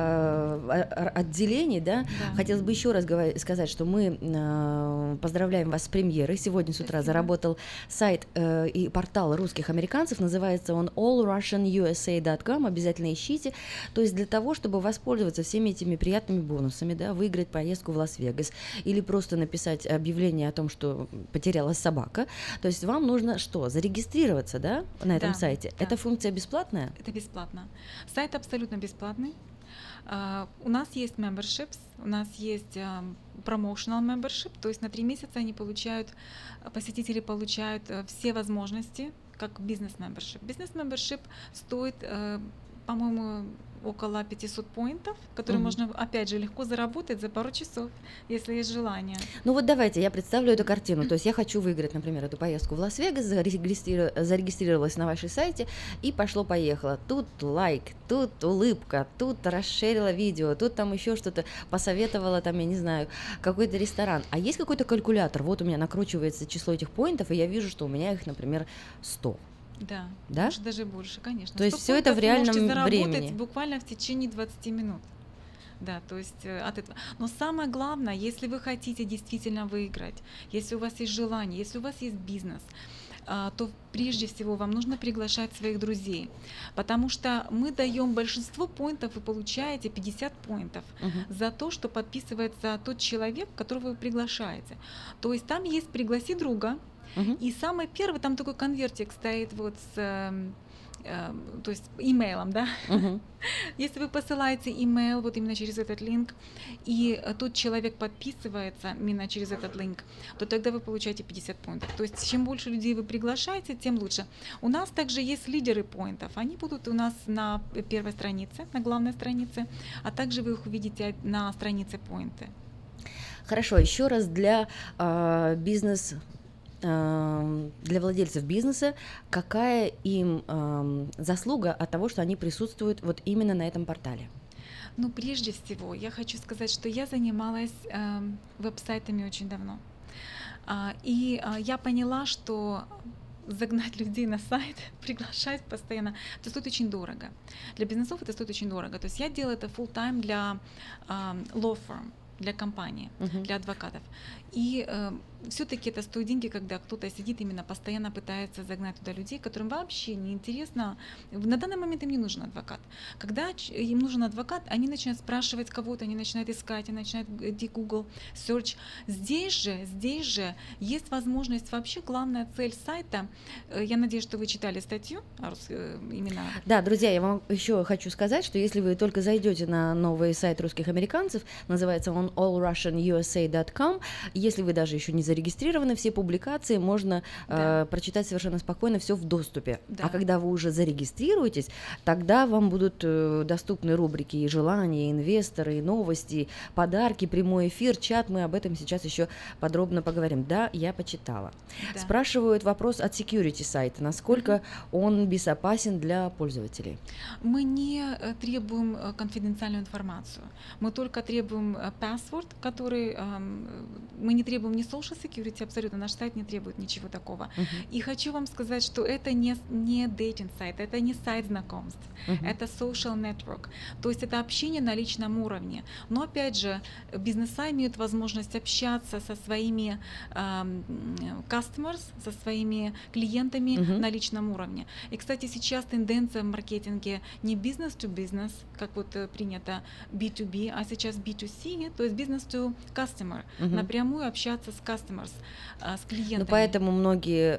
отделений, да? Хотелось бы еще раз сказать, что мы поздравляем вас с премьерой. Сегодня с утра заработал сайт и портал русских американцев. Называется он allrussianusa.com. Обязательно ищите. То есть для того, чтобы воспользоваться всеми этими приятными бонусами, да, выиграть поездку в Лас-Вегас или просто написать объявление о том, что потерялась собака. То есть вам нужно что? Зарегистрироваться, да, на этом сайте? Да. Эта функция бесплатная? Это бесплатно. Сайт абсолютно бесплатный. У нас есть memberships, у нас есть promotional membership, то есть на 3 месяца посетители получают все возможности, как бизнес-membership. Бизнес-membership стоит, по-моему, около 500 поинтов, которые можно, опять же, легко заработать за пару часов, если есть желание. Ну вот давайте, я представлю эту картину. То есть я хочу выиграть, например, эту поездку в Лас-Вегас, зарегистрировалась на вашем сайте и пошло-поехало. Тут лайк, тут улыбка, тут расширила видео, тут там еще что-то посоветовала, там, я не знаю, какой-то ресторан. А есть какой-то калькулятор? Вот у меня накручивается число этих поинтов, и я вижу, что у меня их, например, 100. Да, может даже больше, конечно. То есть все это в реальном времени. Буквально в течение 20 минут. Да, то есть от этого. Но самое главное, если вы хотите действительно выиграть, если у вас есть желание, если у вас есть бизнес, то прежде всего вам нужно приглашать своих друзей, потому что мы даем большинство поинтов, вы получаете 50 поинтов за то, что подписывается тот человек, которого вы приглашаете. То есть там есть «пригласи друга», и самый первый, там такой конвертик стоит вот с то есть имейлом, да? Если вы посылаете имейл вот именно через этот линк, и тот человек подписывается именно через этот линк, то тогда вы получаете 50 поинтов. То есть чем больше людей вы приглашаете, тем лучше. У нас также есть лидеры поинтов. Они будут у нас на первой странице, на главной странице, а также вы их увидите на странице поинты. Хорошо, еще раз для для владельцев бизнеса, какая им заслуга от того, что они присутствуют вот именно на этом портале? Ну, прежде всего, я хочу сказать, что я занималась веб-сайтами очень давно. И я поняла, что загнать людей на сайт, приглашать постоянно, это стоит очень дорого. Для бизнесов это стоит очень дорого. То есть я делаю это full-time для law firm, для компании, для адвокатов. И все-таки это стоит деньги, когда кто-то сидит именно постоянно пытается загнать туда людей, которым вообще не интересно. На данный момент им не нужен адвокат. Когда им нужен адвокат, они начинают спрашивать кого-то, они начинают искать, они начинают идти Google Search. Здесь же есть возможность, вообще главная цель сайта. Я надеюсь, что вы читали статью именно. Да, друзья, я вам еще хочу сказать, что если вы только зайдете на новый сайт русских американцев, называется он allrussianusa.com, если вы даже еще не зарегистрированы, все публикации можно прочитать совершенно спокойно, все в доступе. А когда вы уже зарегистрируетесь, тогда вам будут доступны рубрики и желания, и инвесторы, и новости, подарки, прямой эфир, чат. Мы об этом сейчас еще подробно поговорим. Да, я почитала. Спрашивают вопрос от security сайта. Насколько он безопасен для пользователей? Мы не требуем конфиденциальную информацию. Мы только требуем password, который мы не требуем ни social security, абсолютно, наш сайт не требует ничего такого. И хочу вам сказать, что это не dating сайт, это не сайт знакомств, это social network, то есть это общение на личном уровне. Но опять же, бизнеса имеют возможность общаться со своими customers, со своими клиентами на личном уровне. И, кстати, сейчас тенденция в маркетинге не business to business, как вот принято B2B, а сейчас B2C, то есть business to customer, напрямую общаться с customers, с клиентами. Ну, поэтому многие,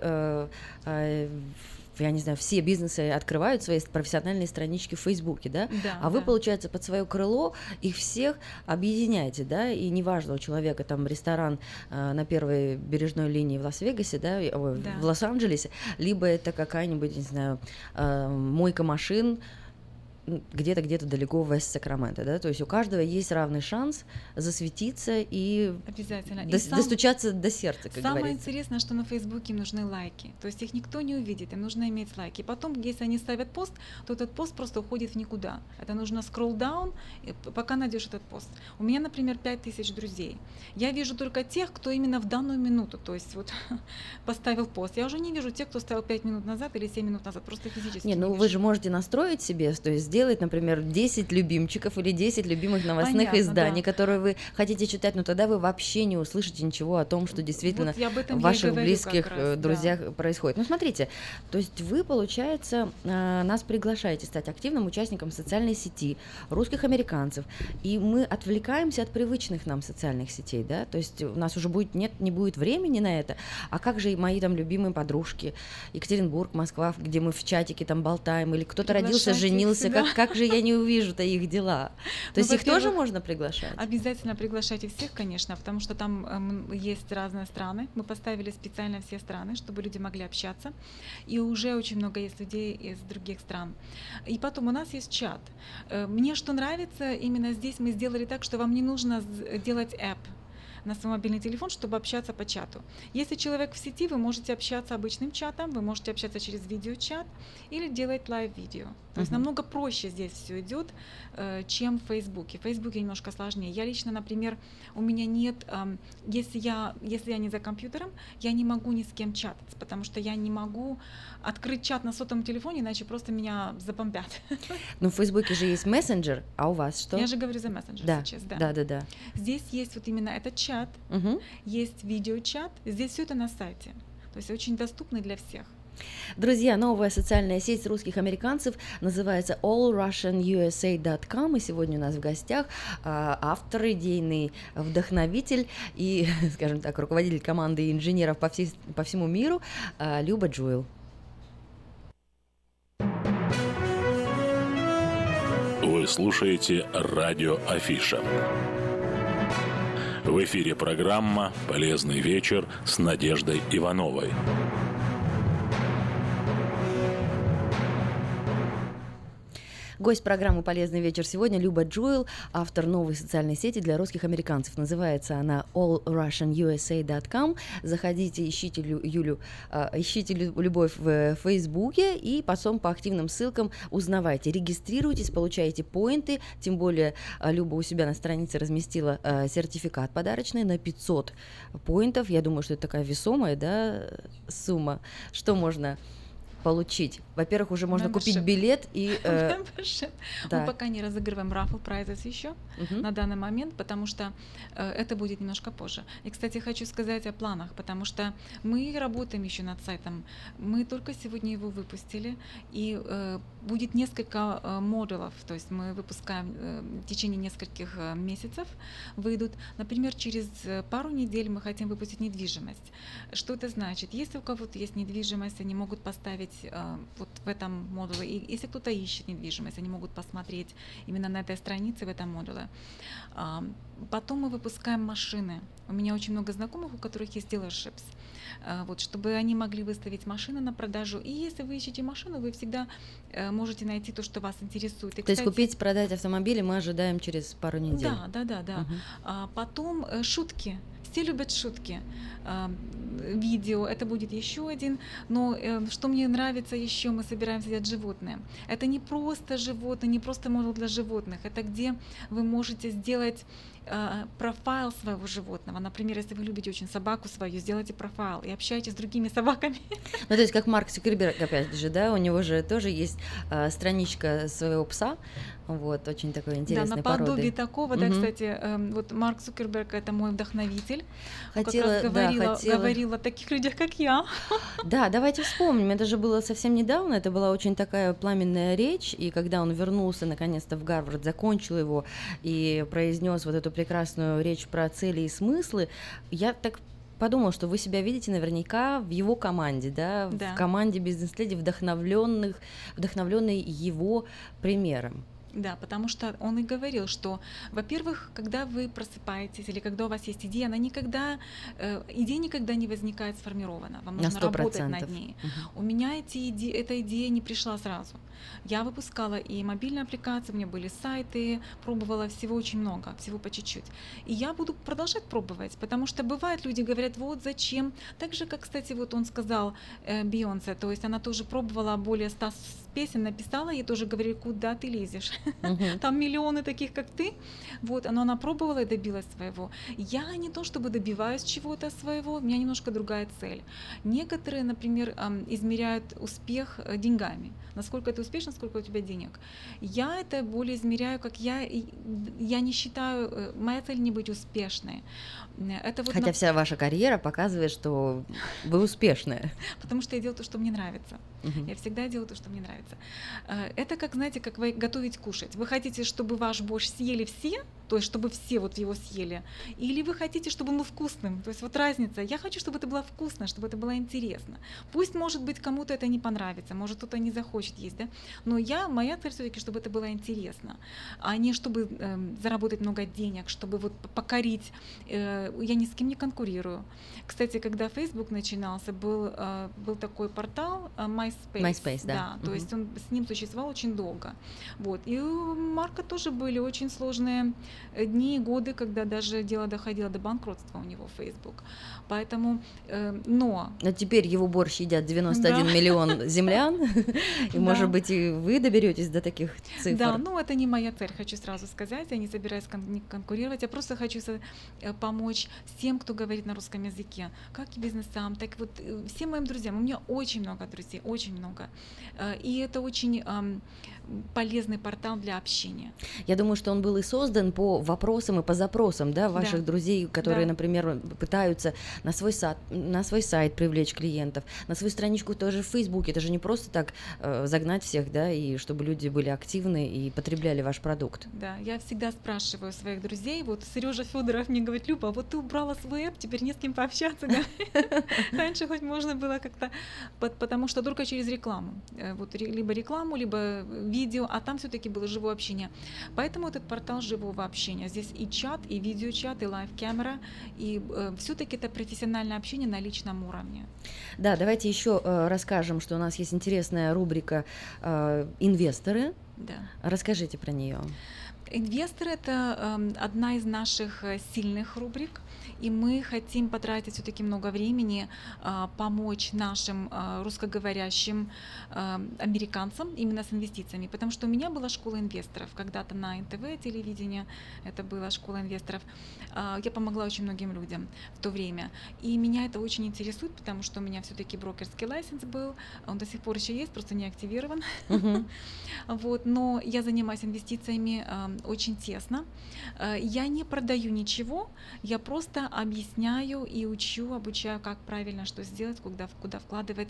я не знаю, все бизнесы открывают свои профессиональные странички в Фейсбуке, да? А вы, получается, под свое крыло их всех объединяете, да? И неважно, у человека там ресторан на первой бережной линии в Лас-Вегасе, да? В Лос-Анджелесе, либо это какая-нибудь, не знаю, мойка машин где-то далеко в Вест-Сакраменто, да, то есть у каждого есть равный шанс засветиться и обязательно достучаться до сердца, как самое говорится. Интересное, что на Фейсбуке им нужны лайки, то есть их никто не увидит, им нужно иметь лайки. Потом, если они ставят пост, то этот пост просто уходит в никуда. Это нужно scroll down, пока найдешь этот пост. У меня, например, 5000 друзей. Я вижу только тех, кто именно в данную минуту, то есть вот поставил пост. Я уже не вижу тех, кто ставил 5 минут назад или 7 минут назад, просто физически не вижу. Вы же можете настроить себе, то есть сделать, например, 10 любимчиков или 10 любимых новостных Понятно, изданий, да. которые вы хотите читать, но тогда вы вообще не услышите ничего о том, что действительно вот в ваших близких раз, друзьях происходит. Ну, смотрите, то есть вы, получается, нас приглашаете стать активным участником социальной сети русских американцев, и мы отвлекаемся от привычных нам социальных сетей, да, то есть у нас уже не будет времени на это, а как же мои там любимые подружки, Екатеринбург, Москва, где мы в чатике там болтаем, или кто-то родился, женился, как же я не увижу-то их дела? То есть их тоже можно приглашать? Обязательно приглашайте всех, конечно, потому что там есть разные страны. Мы поставили специально все страны, чтобы люди могли общаться. И уже очень много есть людей из других стран. И потом у нас есть чат. Мне что нравится, именно здесь мы сделали так, что вам не нужно делать app на свой мобильный телефон, чтобы общаться по чату. Если человек в сети, вы можете общаться обычным чатом, вы можете общаться через видеочат или делать лайв-видео. То есть намного проще здесь все идет, чем в Фейсбуке. В Фейсбуке немножко сложнее. Я лично, например, у меня нет, если я не за компьютером, я не могу ни с кем чатать, потому что я не могу открыть чат на сотовом телефоне, иначе просто меня забомбят. Ну, в Фейсбуке же есть мессенджер, а у вас что? Я же говорю за мессенджер сейчас, да. Да. Здесь есть вот именно этот чат, есть видеочат, здесь все это на сайте. То есть очень доступно для всех. Друзья, новая социальная сеть русских американцев называется allrussianusa.com, и сегодня у нас в гостях автор, идейный вдохновитель и, скажем так, руководитель команды инженеров по всему миру Люба Джуэл. Вы слушаете радио Афиша. В эфире программа «Полезный вечер» с Надеждой Ивановой. Гость программы «Полезный вечер» сегодня Люба Джуэл, автор новой социальной сети для русских американцев. Называется она allrussianusa.com. Заходите, ищите Любовь в Фейсбуке и потом по активным ссылкам узнавайте. Регистрируйтесь, получаете поинты. Тем более Люба у себя на странице разместила сертификат подарочный на 500 поинтов. Я думаю, что это такая весомая, да, сумма. Что можно получить? Во-первых, уже можно купить билет и... Мы пока не разыгрываем raffle prizes еще на данный момент, потому что это будет немножко позже. И, кстати, хочу сказать о планах, потому что мы работаем еще над сайтом. Мы только сегодня его выпустили, и будет несколько модулов, то есть мы выпускаем в течение нескольких месяцев, выйдут. Например, через пару недель мы хотим выпустить недвижимость. Что это значит? Если у кого-то есть недвижимость, они могут поставить вот в этом модуле. И если кто-то ищет недвижимость, они могут посмотреть именно на этой странице в этом модуле. Потом мы выпускаем машины. У меня очень много знакомых, у которых есть dealerships. Вот, чтобы они могли выставить машины на продажу. И если вы ищете машину, вы всегда можете найти то, что вас интересует. И, то есть купить, продать автомобили мы ожидаем через пару недель. Да. Потом шутки. Все любят шутки. Видео, это будет еще один. Но что мне нравится еще, мы собираемся делать животные. Это не просто животные, не просто модуль для животных. Это где вы можете сделать профайл своего животного. Например, если вы любите очень собаку свою, сделайте профайл и общайтесь с другими собаками. Ну, то есть как Марк Цукерберг, опять же, да, у него же тоже есть страничка своего пса, вот, очень такой интересной породы. Да, наподобие такого, да, кстати, вот Марк Цукерберг — это мой вдохновитель. Говорила о таких людях, как я. Да, давайте вспомним, это же было совсем недавно, это была очень такая пламенная речь, и когда он вернулся наконец-то в Гарвард, закончил его и произнес вот эту прекрасную речь про цели и смыслы, я так подумала, что вы себя видите наверняка в его команде, да, в команде бизнес-леди, вдохновленной его примером. Да, потому что он и говорил, что, во-первых, когда вы просыпаетесь или когда у вас есть идея, идея никогда не возникает сформирована. Вам нужно работать над ней. У меня эта идея не пришла сразу. Я выпускала и мобильные аппликации, у меня были сайты, пробовала всего очень много, всего по чуть-чуть. И я буду продолжать пробовать, потому что бывает, люди говорят, вот зачем. Так же, как, кстати, вот он сказал, Бейонсе, то есть она тоже пробовала более 100 песен, написала, ей тоже говорили, куда ты лезешь. Там миллионы таких, как ты. Вот, но она пробовала и добилась своего. Я не то чтобы добиваюсь чего-то своего, у меня немножко другая цель. Некоторые, например, измеряют успех деньгами. Насколько ты успешен, сколько у тебя денег. Я это более измеряю, как я не считаю, моя цель не быть успешной. Это вот хотя вся ваша карьера показывает, что вы успешная. Потому что я делаю то, что мне нравится. Я всегда делаю то, что мне нравится. Это как, знаете, как вы готовить кушать. Вы хотите, чтобы ваш борщ съели все, то есть чтобы все вот его съели, или вы хотите, чтобы он был вкусным. То есть вот разница. Я хочу, чтобы это было вкусно, чтобы это было интересно. Пусть, может быть, кому-то это не понравится, может, кто-то не захочет есть, да? Но моя цель все-таки, чтобы это было интересно, а не чтобы заработать много денег, чтобы вот покорить. Я ни с кем не конкурирую. Кстати, когда Facebook начинался, был такой портал MySpace, да. То есть он с ним существовал очень долго. Вот. И у Марка тоже были очень сложные дни и годы, когда даже дело доходило до банкротства у него Facebook. Поэтому, но теперь его борщ едят 91 миллион землян, и, может быть, и вы доберетесь до таких цифр. Да, это не моя цель, хочу сразу сказать. Я не собираюсь конкурировать, я просто хочу помочь всем, кто говорит на русском языке, как и бизнесам, так вот всем моим друзьям. У меня очень много друзей, очень много. И это очень полезный портал для общения. Я думаю, что он был и создан по вопросам и по запросам, да, ваших друзей, которые, например, пытаются на свой сайт привлечь клиентов, на свою страничку тоже в Фейсбуке. Это же не просто так загнать всех, да, и чтобы люди были активны и потребляли ваш продукт. Да, я всегда спрашиваю своих друзей, вот Сережа Федоров мне говорит, Люба, вот ты убрала свой эп, теперь не с кем пообщаться, да? Раньше хоть можно было как-то, потому что только через рекламу, вот либо рекламу, либо видео, а там все-таки было живое общение. Поэтому этот портал живого общения. Здесь и чат, и видеочат, и лайв-камера, и все-таки это профессиональное общение на личном уровне. Да, давайте еще расскажем, что у нас есть интересная рубрика «Инвесторы». Да. Расскажите про нее. Инвесторы – это одна из наших сильных рубрик, и мы хотим потратить все-таки много времени, помочь нашим русскоговорящим американцам именно с инвестициями, потому что у меня была школа инвесторов, когда-то на НТВ телевидении, это была школа инвесторов. Я помогла очень многим людям в то время, и меня это очень интересует, потому что у меня все-таки брокерский лайсенс был, он до сих пор еще есть, просто не активирован. Вот, но я занимаюсь инвестициями очень тесно. Я не продаю ничего, я просто объясняю и обучаю, как правильно что сделать, куда вкладывать.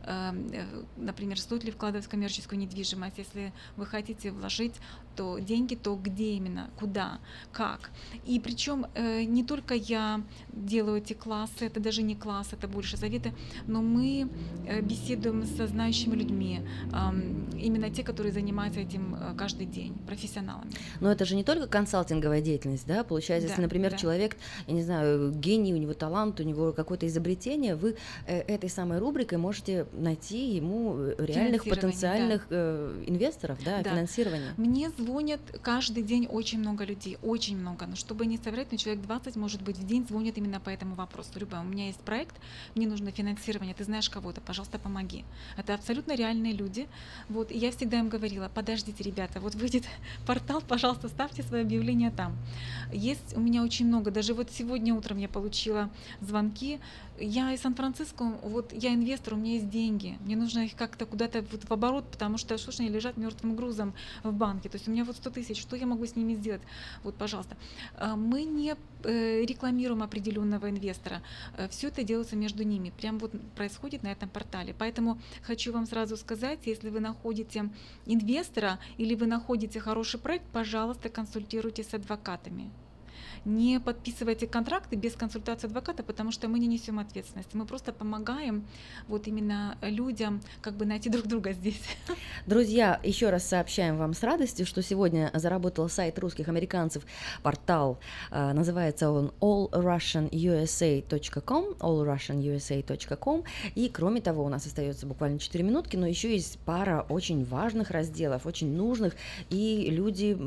Например, стоит ли вкладывать в коммерческую недвижимость, если вы хотите вложить деньги, то где именно, куда, как. И причем не только я делаю эти классы, это даже не класс, это больше советы, но мы беседуем со знающими людьми, именно те, которые занимаются этим каждый день, профессионалами. Но это же не только консалтинговая деятельность, да? Получается, если, например, человек, я не знаю, гений, у него талант, у него какое-то изобретение, вы этой самой рубрикой можете найти ему реальных потенциальных инвесторов, да, финансирования. Мне звонят каждый день очень много людей, очень много, но чтобы не соврать, но человек 20, может быть, в день звонят именно по этому вопросу. Люба, у меня есть проект, мне нужно финансирование, ты знаешь кого-то, пожалуйста, помоги. Это абсолютно реальные люди. Вот, и я всегда им говорила, подождите, ребята, вот выйдет портал, пожалуйста, ставьте свое объявление там. Есть у меня очень много, даже вот сегодня утром я получила звонки, я из Сан-Франциско, вот я инвестор, у меня есть деньги, мне нужно их как-то куда-то вот в оборот, потому что что ж они лежат мертвым грузом в банке, то есть у меня вот 100 тысяч, что я могу с ними сделать? Вот, пожалуйста. Мы не рекламируем определенного инвестора, все это делается между ними, прям вот происходит на этом портале, поэтому хочу вам сразу сказать, если вы находите инвестора или вы находите хороший проект, пожалуйста, консультируйтесь с адвокатами. не подписывайте контракты без консультации адвоката, потому что мы не несем ответственность. Мы просто помогаем вот именно людям как бы найти друг друга здесь. Друзья, еще раз сообщаем вам с радостью, что сегодня заработал сайт русских американцев, портал, называется он allrussianusa.com, и кроме того, у нас остается буквально 4 минутки, но еще есть пара очень важных разделов, очень нужных, и люди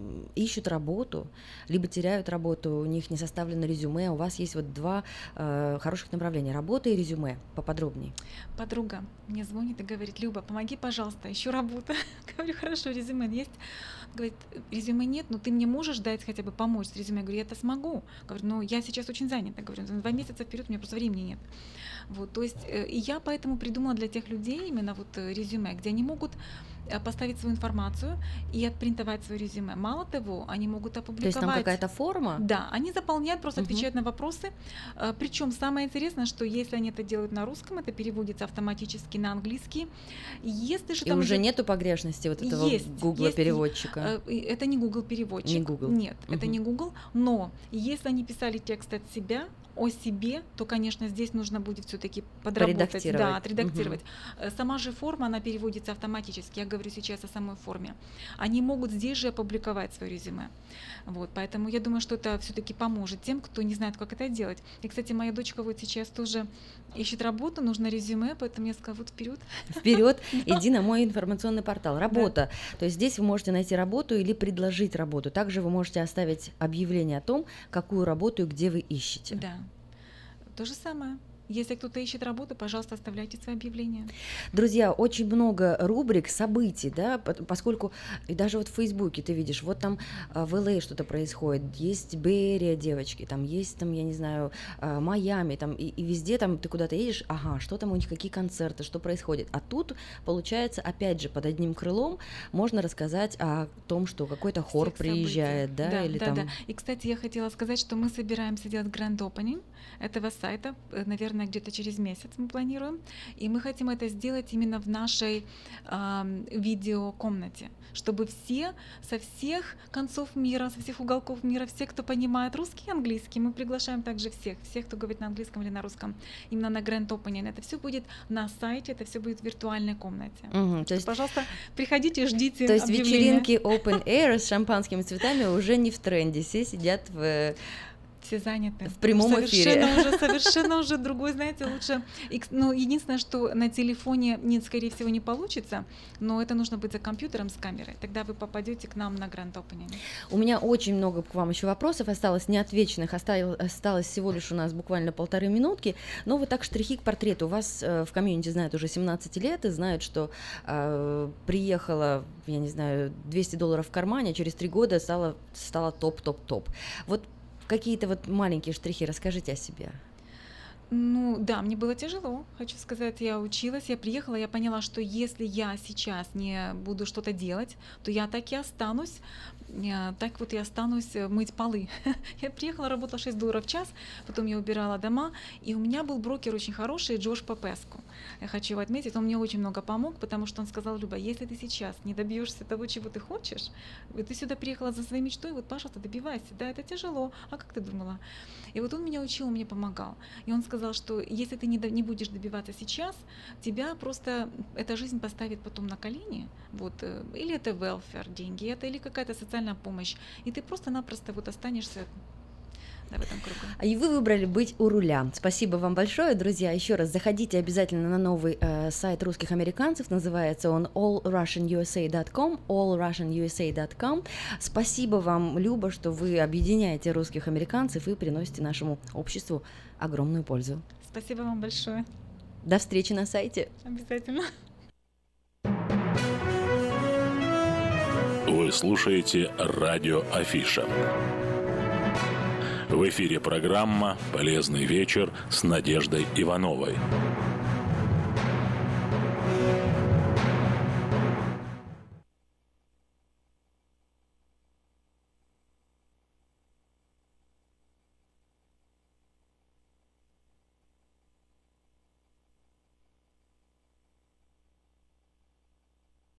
ищут работу, либо теряют работу, у них не составлено резюме. У вас есть вот 2 хороших направления: работа и резюме. Поподробнее. Подруга мне звонит и говорит: Люба, помоги, пожалуйста, ищу работу. Говорю: хорошо, резюме есть. Говорит: резюме нет, но ты мне можешь дать хотя бы помочь с резюме? Я говорю: я это смогу. Говорю: ну я сейчас очень занята. Говорю: 2 месяца вперед у меня просто времени нет. Вот, то есть, и я поэтому придумала для тех людей именно вот резюме, где они могут поставить свою информацию и отпринтовать свое резюме. Мало того, они могут опубликовать. То есть там какая-то форма? Да, они заполняют, просто отвечают на вопросы. Причем самое интересное, что если они это делают на русском, это переводится автоматически на английский. Если же и там уже нету погрешности вот этого Google-переводчика? Это не Google-переводчик. Не Google. Нет, это не Google. Но если они писали текст от себя, о себе, то, конечно, здесь нужно будет все-таки подработать, отредактировать. Сама же форма, она переводится автоматически. Я говорю сейчас о самой форме. Они могут здесь же опубликовать свое резюме. Вот, поэтому я думаю, что это все-таки поможет тем, кто не знает, как это делать. И, кстати, моя дочка вот сейчас тоже ищет работу, нужно резюме, поэтому я сказала: вот вперед. Вперед, иди на мой информационный портал. Работа. То есть здесь вы можете найти работу или предложить работу. Также вы можете оставить объявление о том, какую работу и где вы ищете. Да. То же самое. Если кто-то ищет работу, пожалуйста, оставляйте свои объявления. Друзья, очень много рубрик, событий, да, поскольку и даже вот в Фейсбуке ты видишь, вот там в ЛА что-то происходит, есть Бэй-Эриа, девочки, там есть, там, я не знаю, Майами, там, и везде там ты куда-то едешь, ага, что там у них, какие концерты, что происходит. А тут, получается, опять же, под одним крылом можно рассказать о том, что какой-то хор приезжает, да, или там... Да. И, кстати, я хотела сказать, что мы собираемся делать grand opening этого сайта, наверное, где-то через месяц мы планируем, и мы хотим это сделать именно в нашей видеокомнате, чтобы все со всех концов мира, со всех уголков мира, все, кто понимает русский и английский, мы приглашаем также всех, кто говорит на английском или на русском, именно на Grand Opening. Это все будет на сайте, это все будет в виртуальной комнате. То есть, пожалуйста, приходите, ждите. То есть объявления. вечеринки Open Air с шампанскими цветами уже не в тренде, все сидят все заняты. В прямом эфире. Совершенно уже другой, знаете, лучше. Ну, единственное, что на телефоне, нет, скорее всего, не получится, но это нужно быть за компьютером с камерой. Тогда вы попадете к нам на Grand Opening. У меня очень много к вам еще вопросов осталось неотвеченных. Осталось всего лишь у нас буквально 1,5 минутки. Но вот так штрихи к портрету. У вас в комьюнити знают уже 17 лет и знают, что приехала, я не знаю, $200 в кармане, а через 3 года стала топ-топ-топ. Вот какие-то вот маленькие штрихи, расскажите о себе. Ну да, мне было тяжело, хочу сказать, я училась, я приехала, я поняла, что если я сейчас не буду что-то делать, то я так и останусь, так вот и останусь мыть полы. Я приехала, работала $6 в час, потом я убирала дома, и у меня был брокер очень хороший, Джош Попеску. Я хочу его отметить, он мне очень много помог, потому что он сказал: Люба, если ты сейчас не добьешься того, чего ты хочешь, ты сюда приехала за своей мечтой, вот, пожалуйста, добивайся, да, это тяжело, а как ты думала? И вот он меня учил, он мне помогал, и он сказал, что если ты не будешь добиваться сейчас, тебя просто эта жизнь поставит потом на колени, вот, или это welfare, деньги, это или какая-то социальная помощь, и ты просто-напросто вот останешься в этом кругу. И вы выбрали быть у руля. Спасибо вам большое, друзья. Еще раз заходите обязательно на новый сайт русских американцев. Называется он allrussianusa.com. allrussianusa.com. Спасибо вам, Люба, что вы объединяете русских американцев и приносите нашему обществу огромную пользу. Спасибо вам большое. До встречи на сайте. Обязательно. Вы слушаете радио Афиша. В эфире программа «Полезный вечер» с Надеждой Ивановой.